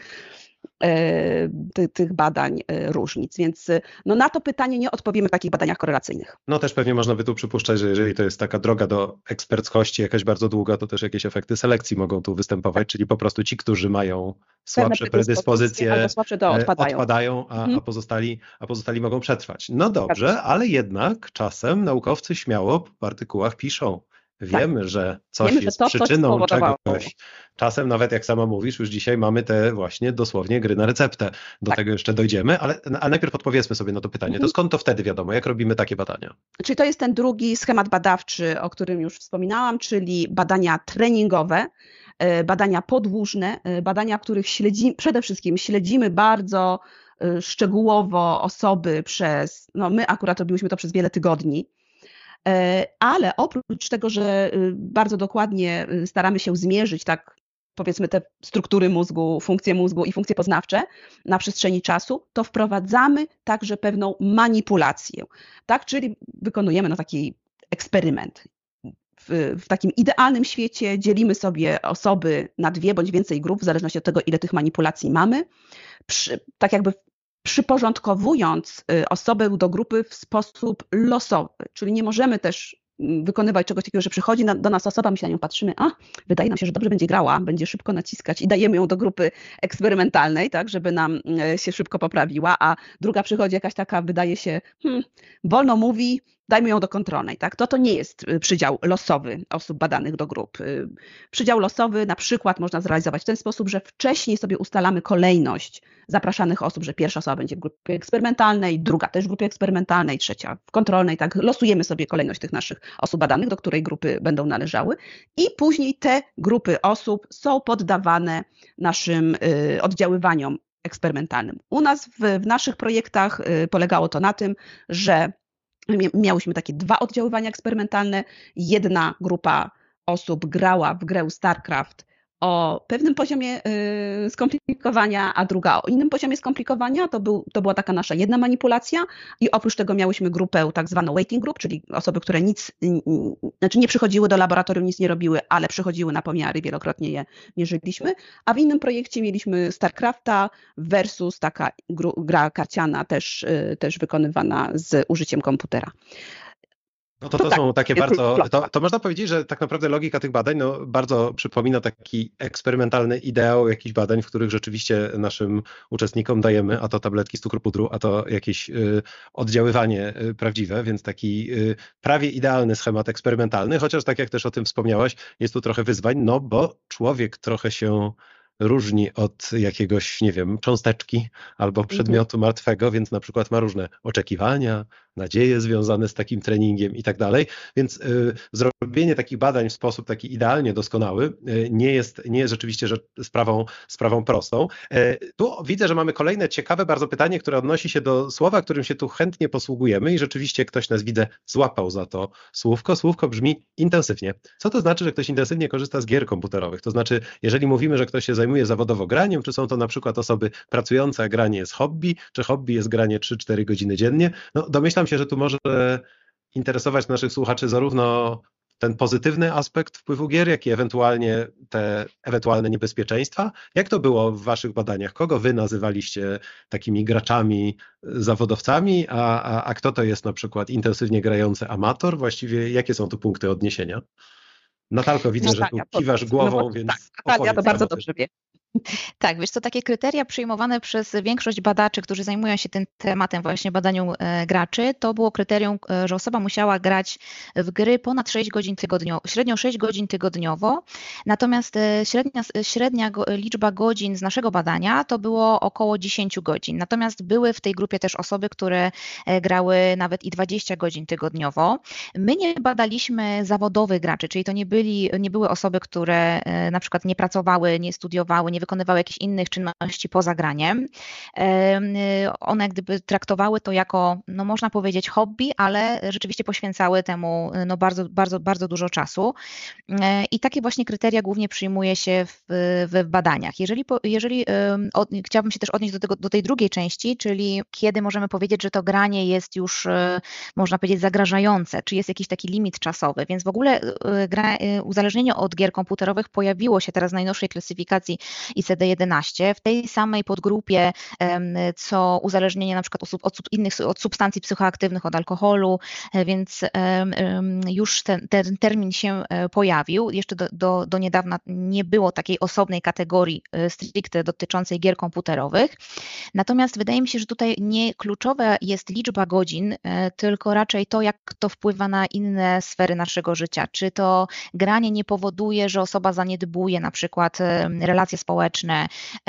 tych badań różnic. Więc no, na to pytanie nie odpowiemy w takich badaniach korelacyjnych. No też pewnie można by tu przypuszczać, że jeżeli to jest taka droga do eksperckości jakaś bardzo długa, to też jakieś efekty selekcji mogą tu występować, czyli po prostu ci, którzy mają słabsze predyspozycje odpadają, a pozostali mogą przetrwać. No dobrze, ale jednak czasem naukowcy śmiało w artykułach piszą, wiemy, że coś jest przyczyną czegoś. Czasem nawet, jak sama mówisz, już dzisiaj mamy te właśnie dosłownie gry na receptę. Do tego jeszcze dojdziemy, ale najpierw odpowiedzmy sobie na to pytanie. To skąd to wtedy wiadomo? Jak robimy takie badania? Czyli to jest ten drugi schemat badawczy, o którym już wspominałam, czyli badania treningowe, badania podłużne, badania, w których przede wszystkim śledzimy bardzo szczegółowo osoby my akurat robiłyśmy to przez wiele tygodni, ale oprócz tego, że bardzo dokładnie staramy się zmierzyć, tak powiedzmy, te struktury mózgu i funkcje poznawcze na przestrzeni czasu, to wprowadzamy także pewną manipulację, tak? Czyli wykonujemy taki eksperyment. W takim idealnym świecie dzielimy sobie osoby na 2 bądź więcej grup, w zależności od tego, ile tych manipulacji mamy, tak jakby przyporządkowując osobę do grupy w sposób losowy, czyli nie możemy też wykonywać czegoś takiego, że przychodzi do nas osoba, my się na nią patrzymy, wydaje nam się, że dobrze będzie grała, będzie szybko naciskać i dajemy ją do grupy eksperymentalnej, tak, żeby nam się szybko poprawiła, a druga przychodzi jakaś taka, wydaje się, wolno mówi, dajmy ją do kontrolnej, tak? To nie jest przydział losowy osób badanych do grup. Przydział losowy na przykład można zrealizować w ten sposób, że wcześniej sobie ustalamy kolejność zapraszanych osób, że pierwsza osoba będzie w grupie eksperymentalnej, druga też w grupie eksperymentalnej, trzecia w kontrolnej, tak? Losujemy sobie kolejność tych naszych osób badanych, do której grupy będą należały i później te grupy osób są poddawane naszym oddziaływaniom eksperymentalnym. U nas w naszych projektach polegało to na tym, że miałyśmy takie 2 oddziaływania eksperymentalne. Jedna grupa osób grała w grę StarCraft o pewnym poziomie skomplikowania, a druga o innym poziomie skomplikowania. To była taka nasza jedna manipulacja i oprócz tego miałyśmy grupę tak zwaną waiting group, czyli osoby, które nie przychodziły do laboratorium, nic nie robiły, ale przychodziły na pomiary, wielokrotnie je mierzyliśmy, a w innym projekcie mieliśmy StarCrafta versus taka gra karciana też wykonywana z użyciem komputera. No to są takie bardzo, to można powiedzieć, że tak naprawdę logika tych badań bardzo przypomina taki eksperymentalny ideał jakichś badań, w których rzeczywiście naszym uczestnikom dajemy a to tabletki z cukru pudru, a to jakieś oddziaływanie prawdziwe, więc taki prawie idealny schemat eksperymentalny, chociaż tak jak też o tym wspomniałaś, jest tu trochę wyzwań, bo człowiek trochę się różni od jakiegoś, nie wiem, cząsteczki albo przedmiotu martwego, więc na przykład ma różne oczekiwania, nadzieje związane z takim treningiem i tak dalej, więc zrobienie takich badań w sposób taki idealnie doskonały nie jest rzeczywiście sprawą prostą. Tu widzę, że mamy kolejne ciekawe bardzo pytanie, które odnosi się do słowa, którym się tu chętnie posługujemy i rzeczywiście ktoś nas, widzę, złapał za to słówko. Słówko brzmi intensywnie. Co to znaczy, że ktoś intensywnie korzysta z gier komputerowych? To znaczy, jeżeli mówimy, że ktoś się zajmuje zawodowo graniem, czy są to na przykład osoby pracujące, a granie jest hobby, czy hobby jest granie 3-4 godziny dziennie? Domyślam się, że tu może interesować naszych słuchaczy zarówno ten pozytywny aspekt wpływu gier, jak i ewentualnie te ewentualne niebezpieczeństwa. Jak to było w waszych badaniach? Kogo wy nazywaliście takimi graczami, zawodowcami, a kto to jest na przykład intensywnie grający amator? Właściwie jakie są tu punkty odniesienia? Natalko, widzę, że tu kiwasz głową, więc tak, Natalia to bardzo dobrze wie. Tak, wiesz co, takie kryteria przyjmowane przez większość badaczy, którzy zajmują się tym tematem właśnie badaniu graczy, to było kryterium, że osoba musiała grać w gry ponad 6 godzin tygodniowo, średnio 6 godzin tygodniowo, natomiast średnia liczba godzin z naszego badania to było około 10 godzin, natomiast były w tej grupie też osoby, które grały nawet i 20 godzin tygodniowo. My nie badaliśmy zawodowych graczy, czyli to nie były osoby, które na przykład nie pracowały, nie studiowały, nie wykonywały jakichś innych czynności poza graniem. One jak gdyby traktowały to jako, no można powiedzieć, hobby, ale rzeczywiście poświęcały temu no bardzo dużo czasu. I takie właśnie kryteria głównie przyjmuje się w badaniach. Chciałabym się też odnieść do tej drugiej części, czyli kiedy możemy powiedzieć, że to granie jest już, można powiedzieć, zagrażające, czy jest jakiś taki limit czasowy, więc w ogóle uzależnienie od gier komputerowych pojawiło się teraz w najnowszej klasyfikacji ICD-11 w tej samej podgrupie, co uzależnienie na przykład od substancji psychoaktywnych, od alkoholu, więc już ten termin się pojawił. Jeszcze do niedawna nie było takiej osobnej kategorii stricte dotyczącej gier komputerowych. Natomiast wydaje mi się, że tutaj nie kluczowa jest liczba godzin, tylko raczej to, jak to wpływa na inne sfery naszego życia. Czy to granie nie powoduje, że osoba zaniedbuje na przykład relacje społeczne,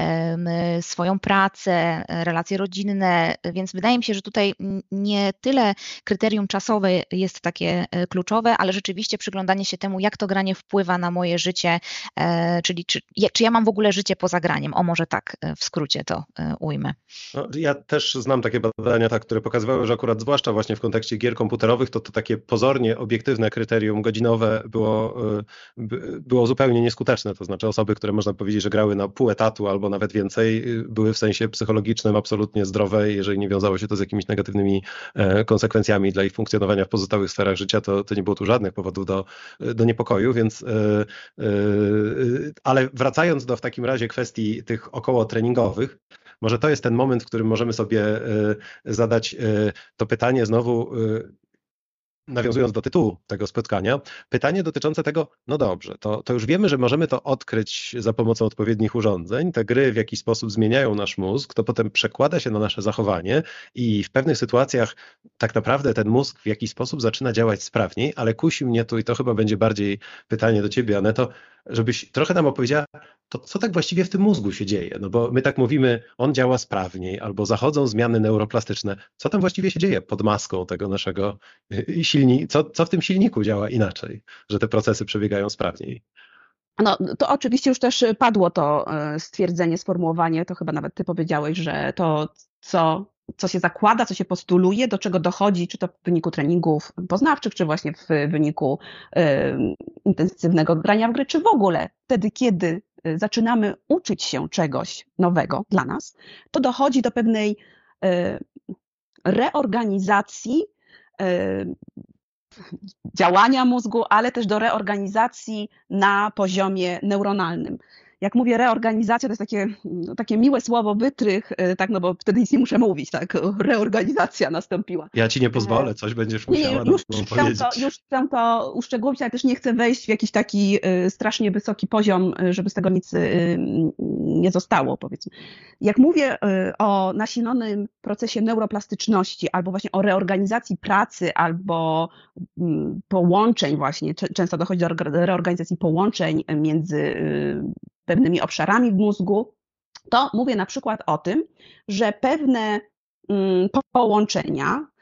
swoją pracę, relacje rodzinne, więc wydaje mi się, że tutaj nie tyle kryterium czasowe jest takie kluczowe, ale rzeczywiście przyglądanie się temu, jak to granie wpływa na moje życie, czyli czy ja mam w ogóle życie poza graniem. O, może tak w skrócie to ujmę. No, ja też znam takie badania, które pokazywały, że akurat zwłaszcza właśnie w kontekście gier komputerowych, to takie pozornie obiektywne kryterium godzinowe było zupełnie nieskuteczne. To znaczy osoby, które można powiedzieć, że grały na pół etatu albo nawet więcej, były w sensie psychologicznym absolutnie zdrowe. Jeżeli nie wiązało się to z jakimiś negatywnymi konsekwencjami dla ich funkcjonowania w pozostałych sferach życia, to nie było tu żadnych powodów do niepokoju, więc ale wracając do w takim razie kwestii tych około treningowych, może to jest ten moment, w którym możemy sobie zadać to pytanie znowu, nawiązując do tytułu tego spotkania, pytanie dotyczące tego, no dobrze, to już wiemy, że możemy to odkryć za pomocą odpowiednich urządzeń. Te gry w jakiś sposób zmieniają nasz mózg, to potem przekłada się na nasze zachowanie i w pewnych sytuacjach tak naprawdę ten mózg w jakiś sposób zaczyna działać sprawniej, ale kusi mnie tu i to chyba będzie bardziej pytanie do ciebie, Aneto, żebyś trochę nam opowiedziała, to co tak właściwie w tym mózgu się dzieje? No bo my tak mówimy, on działa sprawniej, albo zachodzą zmiany neuroplastyczne. Co tam właściwie się dzieje pod maską tego naszego silnika? Co w tym silniku działa inaczej, że te procesy przebiegają sprawniej? No, to oczywiście już też padło to stwierdzenie, sformułowanie, to chyba nawet ty powiedziałeś, że to, co się zakłada, co się postuluje, do czego dochodzi, czy to w wyniku treningów poznawczych, czy właśnie w wyniku intensywnego grania w gry, czy w ogóle wtedy, kiedy zaczynamy uczyć się czegoś nowego dla nas, to dochodzi do pewnej reorganizacji działania mózgu, ale też do reorganizacji na poziomie neuronalnym. Jak mówię reorganizacja, to jest takie miłe słowo, wytrych, tak, no bo wtedy nic nie muszę mówić, tak, reorganizacja nastąpiła. Ja ci nie pozwolę, coś będziesz musiała powiedzieć. Już chcę to uszczegółowić, ale też nie chcę wejść w jakiś taki strasznie wysoki poziom, żeby z tego nic nie zostało, powiedzmy. Jak mówię o nasilonym procesie neuroplastyczności, albo właśnie o reorganizacji pracy, albo połączeń właśnie, często dochodzi do reorganizacji połączeń między pewnymi obszarami w mózgu, to mówię na przykład o tym, że pewne połączenia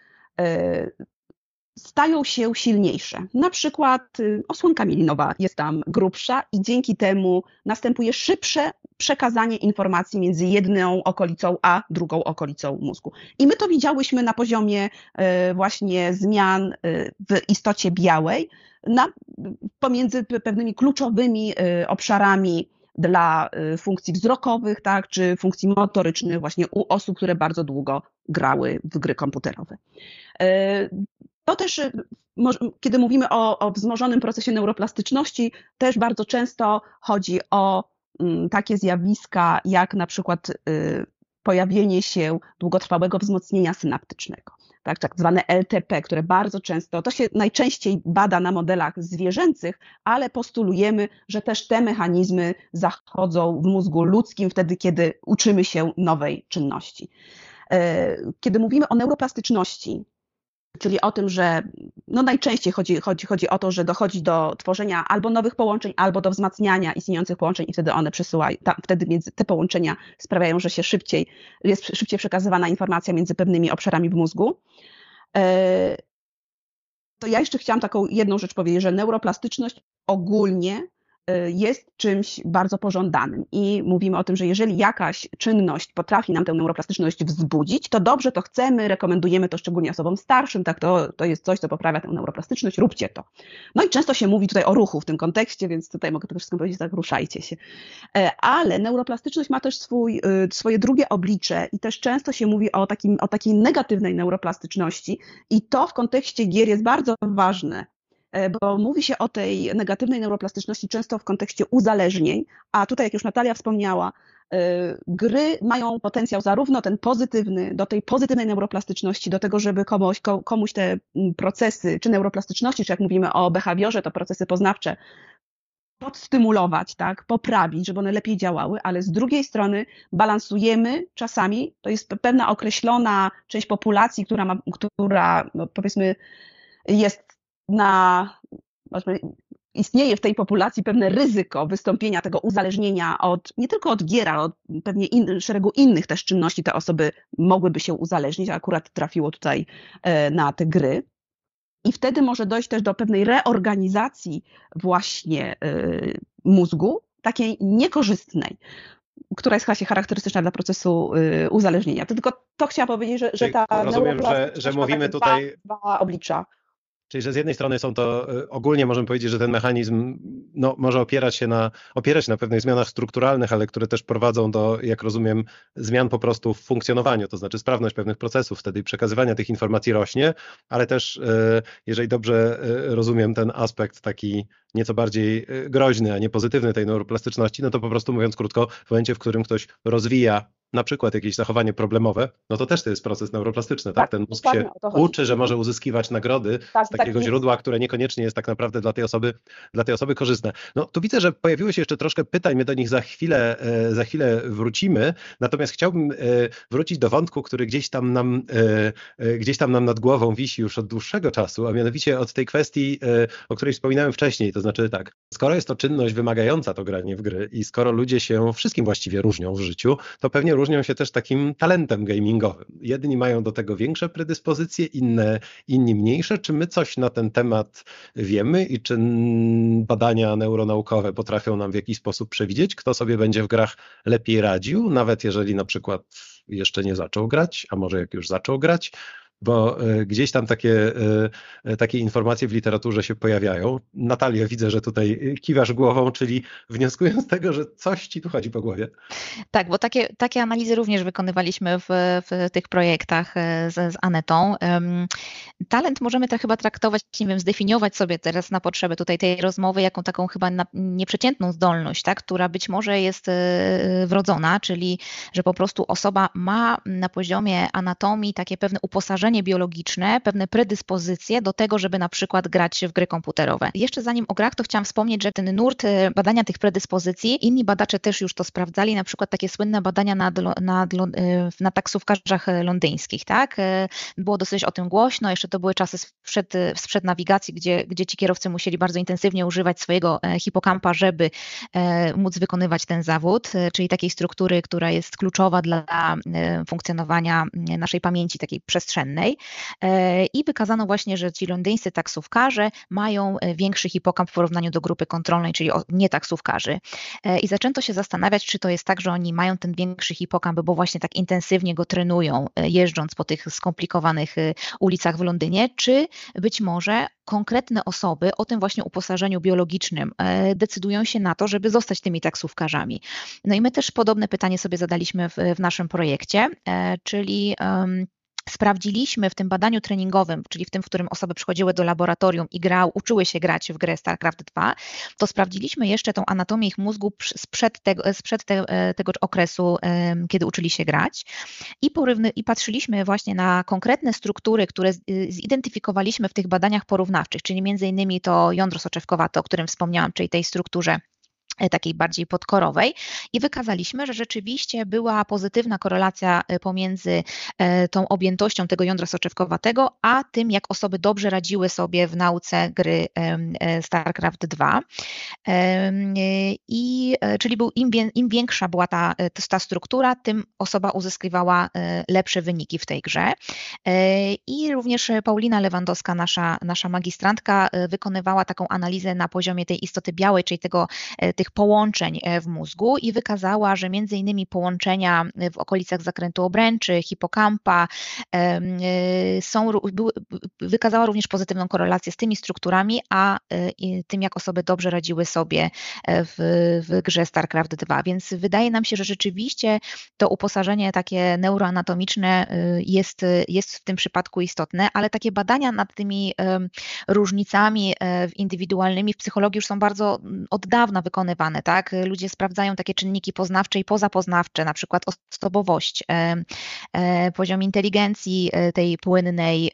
stają się silniejsze. Na przykład osłonka mielinowa jest tam grubsza i dzięki temu następuje szybsze przekazanie informacji między jedną okolicą a drugą okolicą mózgu. I my to widziałyśmy na poziomie właśnie zmian w istocie białej pomiędzy pewnymi kluczowymi obszarami dla funkcji wzrokowych, tak, czy funkcji motorycznych właśnie u osób, które bardzo długo grały w gry komputerowe. To też, kiedy mówimy o wzmożonym procesie neuroplastyczności, też bardzo często chodzi o takie zjawiska, jak na przykład pojawienie się długotrwałego wzmocnienia synaptycznego, tak zwane LTP, które bardzo często, to się najczęściej bada na modelach zwierzęcych, ale postulujemy, że też te mechanizmy zachodzą w mózgu ludzkim wtedy, kiedy uczymy się nowej czynności. Kiedy mówimy o neuroplastyczności, czyli o tym, że najczęściej chodzi o to, że dochodzi do tworzenia albo nowych połączeń, albo do wzmacniania istniejących połączeń i wtedy one przesyłają, wtedy te połączenia sprawiają, że jest szybciej przekazywana informacja między pewnymi obszarami w mózgu. To ja jeszcze chciałam taką jedną rzecz powiedzieć, że neuroplastyczność ogólnie jest czymś bardzo pożądanym i mówimy o tym, że jeżeli jakaś czynność potrafi nam tę neuroplastyczność wzbudzić, to dobrze, to chcemy, rekomendujemy to szczególnie osobom starszym, tak, to jest coś, co poprawia tę neuroplastyczność, róbcie to. No i często się mówi tutaj o ruchu w tym kontekście, więc tutaj mogę tylko wszystkim powiedzieć, tak, ruszajcie się. Ale neuroplastyczność ma też swoje drugie oblicze i też często się mówi o takiej negatywnej neuroplastyczności i to w kontekście gier jest bardzo ważne, bo mówi się o tej negatywnej neuroplastyczności często w kontekście uzależnień, a tutaj, jak już Natalia wspomniała, gry mają potencjał zarówno ten pozytywny, do tej pozytywnej neuroplastyczności, do tego, żeby komuś te procesy, czy neuroplastyczności, czy jak mówimy o behawiorze, to procesy poznawcze, podstymulować, tak, poprawić, żeby one lepiej działały, ale z drugiej strony balansujemy czasami, to jest pewna określona część populacji, która powiedzmy jest istnieje w tej populacji pewne ryzyko wystąpienia tego uzależnienia nie tylko od gier, ale od pewnie szeregu innych też czynności te osoby mogłyby się uzależnić, a akurat trafiło tutaj na te gry. I wtedy może dojść też do pewnej reorganizacji właśnie mózgu, takiej niekorzystnej, która jest właśnie charakterystyczna dla procesu uzależnienia. Tylko to chciałam powiedzieć, że ta rozumiem, że mówimy tutaj dwa oblicza. Czyli, że z jednej strony są to, ogólnie możemy powiedzieć, że ten mechanizm może opierać na pewnych zmianach strukturalnych, ale które też prowadzą do, jak rozumiem, zmian po prostu w funkcjonowaniu, to znaczy sprawność pewnych procesów, wtedy przekazywania tych informacji rośnie, ale też, jeżeli dobrze rozumiem ten aspekt taki nieco bardziej groźny, a nie pozytywny tej neuroplastyczności, no to po prostu mówiąc krótko, w momencie, w którym ktoś rozwija na przykład jakieś zachowanie problemowe, no to też to jest proces neuroplastyczny, tak? Ten mózg się uczy, że może uzyskiwać nagrody z takiego źródła, które niekoniecznie jest tak naprawdę dla tej osoby korzystne. No tu widzę, że pojawiło się jeszcze troszkę pytań, my do nich za chwilę wrócimy, natomiast chciałbym wrócić do wątku, który gdzieś tam nam nad głową wisi już od dłuższego czasu, a mianowicie od tej kwestii, o której wspominałem wcześniej, to znaczy tak, skoro jest to czynność wymagająca to granie w gry i skoro ludzie się wszystkim właściwie różnią w życiu, to pewnie różnią się też takim talentem gamingowym. Jedni mają do tego większe predyspozycje, inni mniejsze. Czy my coś na ten temat wiemy i czy badania neuronaukowe potrafią nam w jakiś sposób przewidzieć, kto sobie będzie w grach lepiej radził, nawet jeżeli na przykład jeszcze nie zaczął grać, a może jak już zaczął grać? Bo gdzieś tam takie informacje w literaturze się pojawiają. Natalia, widzę, że tutaj kiwasz głową, czyli wnioskując z tego, że coś ci tu chodzi po głowie. Tak, bo takie analizy również wykonywaliśmy w tych projektach z Anetą. Talent możemy to chyba traktować, nie wiem, zdefiniować sobie teraz na potrzeby tutaj tej rozmowy, jaką taką chyba nieprzeciętną zdolność, tak, która być może jest wrodzona, czyli że po prostu osoba ma na poziomie anatomii takie pewne uposażenie biologiczne, pewne predyspozycje do tego, żeby na przykład grać w gry komputerowe. Jeszcze zanim o grach, to chciałam wspomnieć, że ten nurt badania tych predyspozycji, inni badacze też już to sprawdzali, na przykład takie słynne badania na taksówkarzach londyńskich, tak? Było dosyć o tym głośno, jeszcze to były czasy sprzed nawigacji, gdzie ci kierowcy musieli bardzo intensywnie używać swojego hipokampa, żeby móc wykonywać ten zawód, czyli takiej struktury, która jest kluczowa dla funkcjonowania naszej pamięci takiej przestrzennej. I wykazano właśnie, że ci londyńscy taksówkarze mają większy hipokamp w porównaniu do grupy kontrolnej, czyli nie taksówkarzy. I zaczęto się zastanawiać, czy to jest tak, że oni mają ten większy hipokamp, bo właśnie tak intensywnie go trenują, jeżdżąc po tych skomplikowanych ulicach w Londynie, czy być może konkretne osoby o tym właśnie uposażeniu biologicznym decydują się na to, żeby zostać tymi taksówkarzami. No i my też podobne pytanie sobie zadaliśmy w naszym projekcie, czyli sprawdziliśmy w tym badaniu treningowym, czyli w tym, w którym osoby przychodziły do laboratorium i uczyły się grać w grę StarCraft 2, to sprawdziliśmy jeszcze tą anatomię ich mózgu sprzed tego okresu, kiedy uczyli się grać i patrzyliśmy właśnie na konkretne struktury, które zidentyfikowaliśmy w tych badaniach porównawczych, czyli między innymi to jądro soczewkowate, o którym wspomniałam, czyli tej strukturze takiej bardziej podkorowej i wykazaliśmy, że rzeczywiście była pozytywna korelacja pomiędzy tą objętością tego jądra soczewkowatego, a tym, jak osoby dobrze radziły sobie w nauce gry StarCraft 2. Czyli im większa była ta struktura, tym osoba uzyskiwała lepsze wyniki w tej grze. I również Paulina Lewandowska, nasza magistrantka, wykonywała taką analizę na poziomie tej istoty białej, czyli tych połączeń w mózgu i wykazała, że między innymi połączenia w okolicach zakrętu obręczy, hipokampa wykazała również pozytywną korelację z tymi strukturami, a tym, jak osoby dobrze radziły sobie w grze StarCraft 2. Więc wydaje nam się, że rzeczywiście to uposażenie takie neuroanatomiczne jest w tym przypadku istotne, ale takie badania nad tymi różnicami indywidualnymi w psychologii już są bardzo od dawna wykonywane. Tak? Ludzie sprawdzają takie czynniki poznawcze i pozapoznawcze, na przykład osobowość, poziom inteligencji tej płynnej,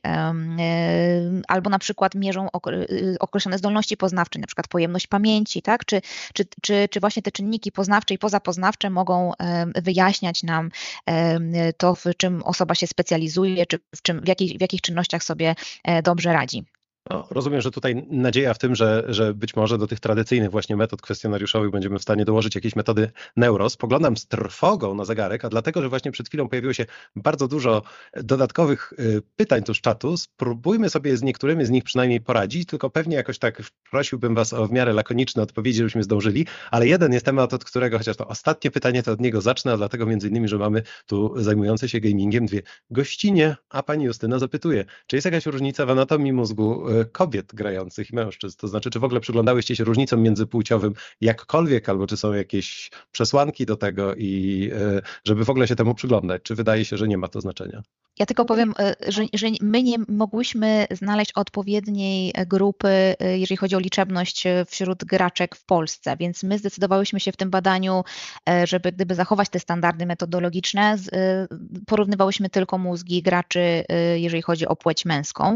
albo na przykład mierzą określone zdolności poznawcze, na przykład pojemność pamięci, tak? Czy właśnie te czynniki poznawcze i pozapoznawcze mogą wyjaśniać nam to, w czym osoba się specjalizuje, czy w jakich czynnościach sobie dobrze radzi. No, rozumiem, że tutaj nadzieja w tym, że być może do tych tradycyjnych właśnie metod kwestionariuszowych będziemy w stanie dołożyć jakieś metody neuro. Spoglądam z trwogą na zegarek, a dlatego, że właśnie przed chwilą pojawiło się bardzo dużo dodatkowych pytań tu z czatu. Spróbujmy sobie z niektórymi z nich przynajmniej poradzić, tylko pewnie jakoś tak prosiłbym was o w miarę lakoniczne odpowiedzi, żebyśmy zdążyli, ale jeden jest temat, od którego chociaż to ostatnie pytanie, to od niego zacznę, a dlatego między innymi, że mamy tu zajmujące się gamingiem dwie gościnie, a pani Justyna zapytuje, czy jest jakaś różnica w anatomii mózgu kobiet grających i mężczyzn? To znaczy, czy w ogóle przyglądałyście się różnicom międzypłciowym jakkolwiek, albo czy są jakieś przesłanki do tego i żeby w ogóle się temu przyglądać? Czy wydaje się, że nie ma to znaczenia? Ja tylko powiem, że my nie mogłyśmy znaleźć odpowiedniej grupy, jeżeli chodzi o liczebność wśród graczek w Polsce, więc my zdecydowałyśmy się w tym badaniu, żeby gdyby zachować te standardy metodologiczne, porównywałyśmy tylko mózgi graczy, jeżeli chodzi o płeć męską.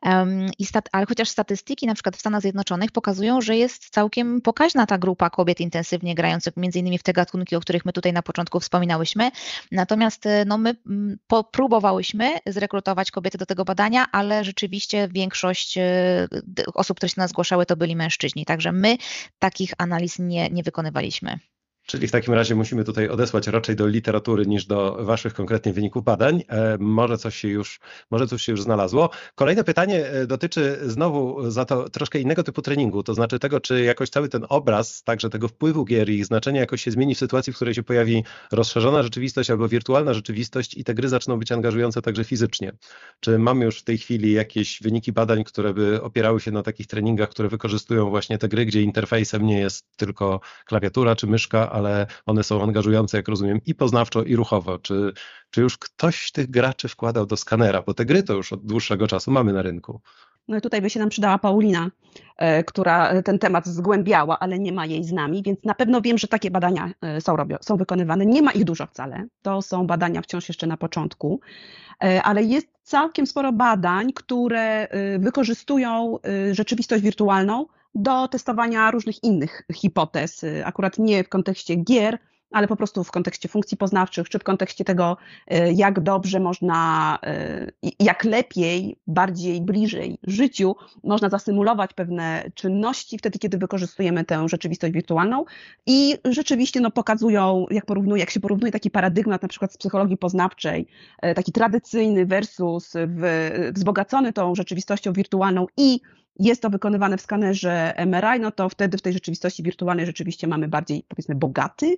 Ale chociaż statystyki na przykład w Stanach Zjednoczonych pokazują, że jest całkiem pokaźna ta grupa kobiet intensywnie grających, między innymi w te gatunki, o których my tutaj na początku wspominałyśmy. Natomiast my próbowałyśmy zrekrutować kobiety do tego badania, ale rzeczywiście większość osób, które się nas zgłaszały, to byli mężczyźni. Także my takich analiz nie wykonywaliśmy. Czyli w takim razie musimy tutaj odesłać raczej do literatury niż do waszych konkretnie wyników badań. Może coś się już znalazło. Kolejne pytanie dotyczy znowu za to troszkę innego typu treningu, to znaczy tego, czy jakoś cały ten obraz, także tego wpływu gier i ich znaczenia jakoś się zmieni w sytuacji, w której się pojawi rozszerzona rzeczywistość albo wirtualna rzeczywistość i te gry zaczną być angażujące także fizycznie. Czy mamy już w tej chwili jakieś wyniki badań, które by opierały się na takich treningach, które wykorzystują właśnie te gry, gdzie interfejsem nie jest tylko klawiatura czy myszka, ale one są angażujące, jak rozumiem, i poznawczo, i ruchowo. Czy już ktoś tych graczy wkładał do skanera? Bo te gry to już od dłuższego czasu mamy na rynku. No i tutaj by się nam przydała Paulina, która ten temat zgłębiała, ale nie ma jej z nami, więc na pewno wiem, że takie badania są wykonywane. Nie ma ich dużo wcale. To są badania wciąż jeszcze na początku, ale jest całkiem sporo badań, które wykorzystują rzeczywistość wirtualną do testowania różnych innych hipotez, akurat nie w kontekście gier, ale po prostu w kontekście funkcji poznawczych, czy w kontekście tego, jak dobrze można, jak lepiej, bardziej, bliżej życiu można zasymulować pewne czynności wtedy, kiedy wykorzystujemy tę rzeczywistość wirtualną. I rzeczywiście pokazują, jak się porównuje taki paradygmat na przykład z psychologii poznawczej, taki tradycyjny versus wzbogacony tą rzeczywistością wirtualną i jest to wykonywane w skanerze MRI, no to wtedy w tej rzeczywistości wirtualnej rzeczywiście mamy bardziej, powiedzmy, bogaty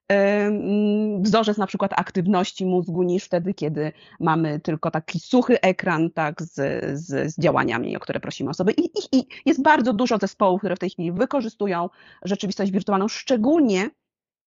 wzorzec na przykład aktywności mózgu niż wtedy, kiedy mamy tylko taki suchy ekran, tak, z działaniami, o które prosimy osoby. I jest bardzo dużo zespołów, które w tej chwili wykorzystują rzeczywistość wirtualną, szczególnie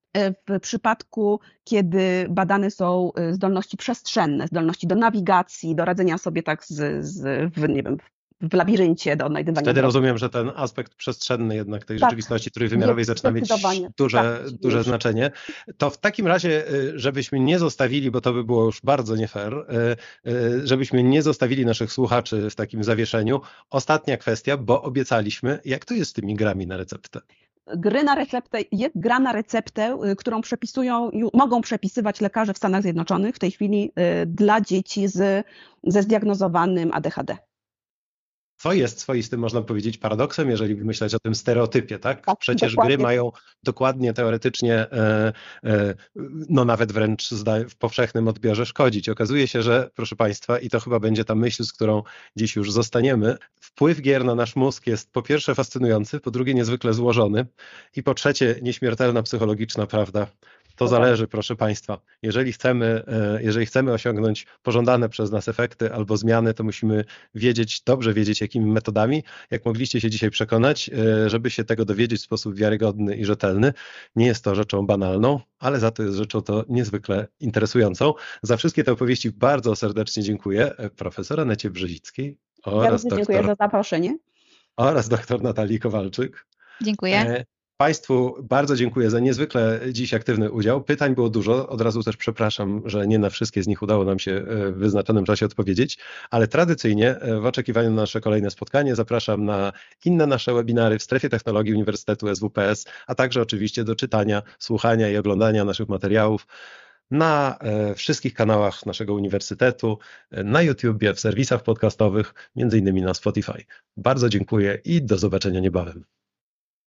w przypadku, kiedy badane są zdolności przestrzenne, zdolności do nawigacji, do radzenia sobie tak nie wiem, w labiryncie, do odnajdywania. Wtedy rozumiem, że ten aspekt przestrzenny jednak tej rzeczywistości trójwymiarowej zaczyna mieć duże znaczenie. To w takim razie, żebyśmy nie zostawili, bo to by było już bardzo nie fair, żebyśmy nie zostawili naszych słuchaczy w takim zawieszeniu. Ostatnia kwestia, bo obiecaliśmy, jak to jest z tymi grami na receptę? Jest gra na receptę, którą mogą przepisywać lekarze w Stanach Zjednoczonych w tej chwili dla dzieci ze zdiagnozowanym ADHD. Co jest swoistym, można powiedzieć, paradoksem, jeżeli myśleć o tym stereotypie, tak? Przecież dokładnie. Gry mają dokładnie teoretycznie, no nawet wręcz w powszechnym odbiorze szkodzić. Okazuje się, że, proszę Państwa, i to chyba będzie ta myśl, z którą dziś już zostaniemy, wpływ gier na nasz mózg jest po pierwsze fascynujący, po drugie niezwykle złożony i po trzecie nieśmiertelna psychologiczna prawda. To zależy, proszę Państwa. Jeżeli chcemy osiągnąć pożądane przez nas efekty albo zmiany, to musimy dobrze wiedzieć, jakimi metodami. Jak mogliście się dzisiaj przekonać, żeby się tego dowiedzieć w sposób wiarygodny i rzetelny. Nie jest to rzeczą banalną, ale za to jest rzeczą to niezwykle interesującą. Za wszystkie te opowieści bardzo serdecznie dziękuję profesor Anecie Brzezickiej dziękuję za zaproszenie. Oraz doktor Natalii Kowalczyk. Dziękuję. Państwu bardzo dziękuję za niezwykle dziś aktywny udział. Pytań było dużo. Od razu też przepraszam, że nie na wszystkie z nich udało nam się w wyznaczonym czasie odpowiedzieć, ale tradycyjnie w oczekiwaniu na nasze kolejne spotkanie zapraszam na inne nasze webinary w Strefie Technologii Uniwersytetu SWPS, a także oczywiście do czytania, słuchania i oglądania naszych materiałów na wszystkich kanałach naszego uniwersytetu, na YouTubie, w serwisach podcastowych, między innymi na Spotify. Bardzo dziękuję i do zobaczenia niebawem.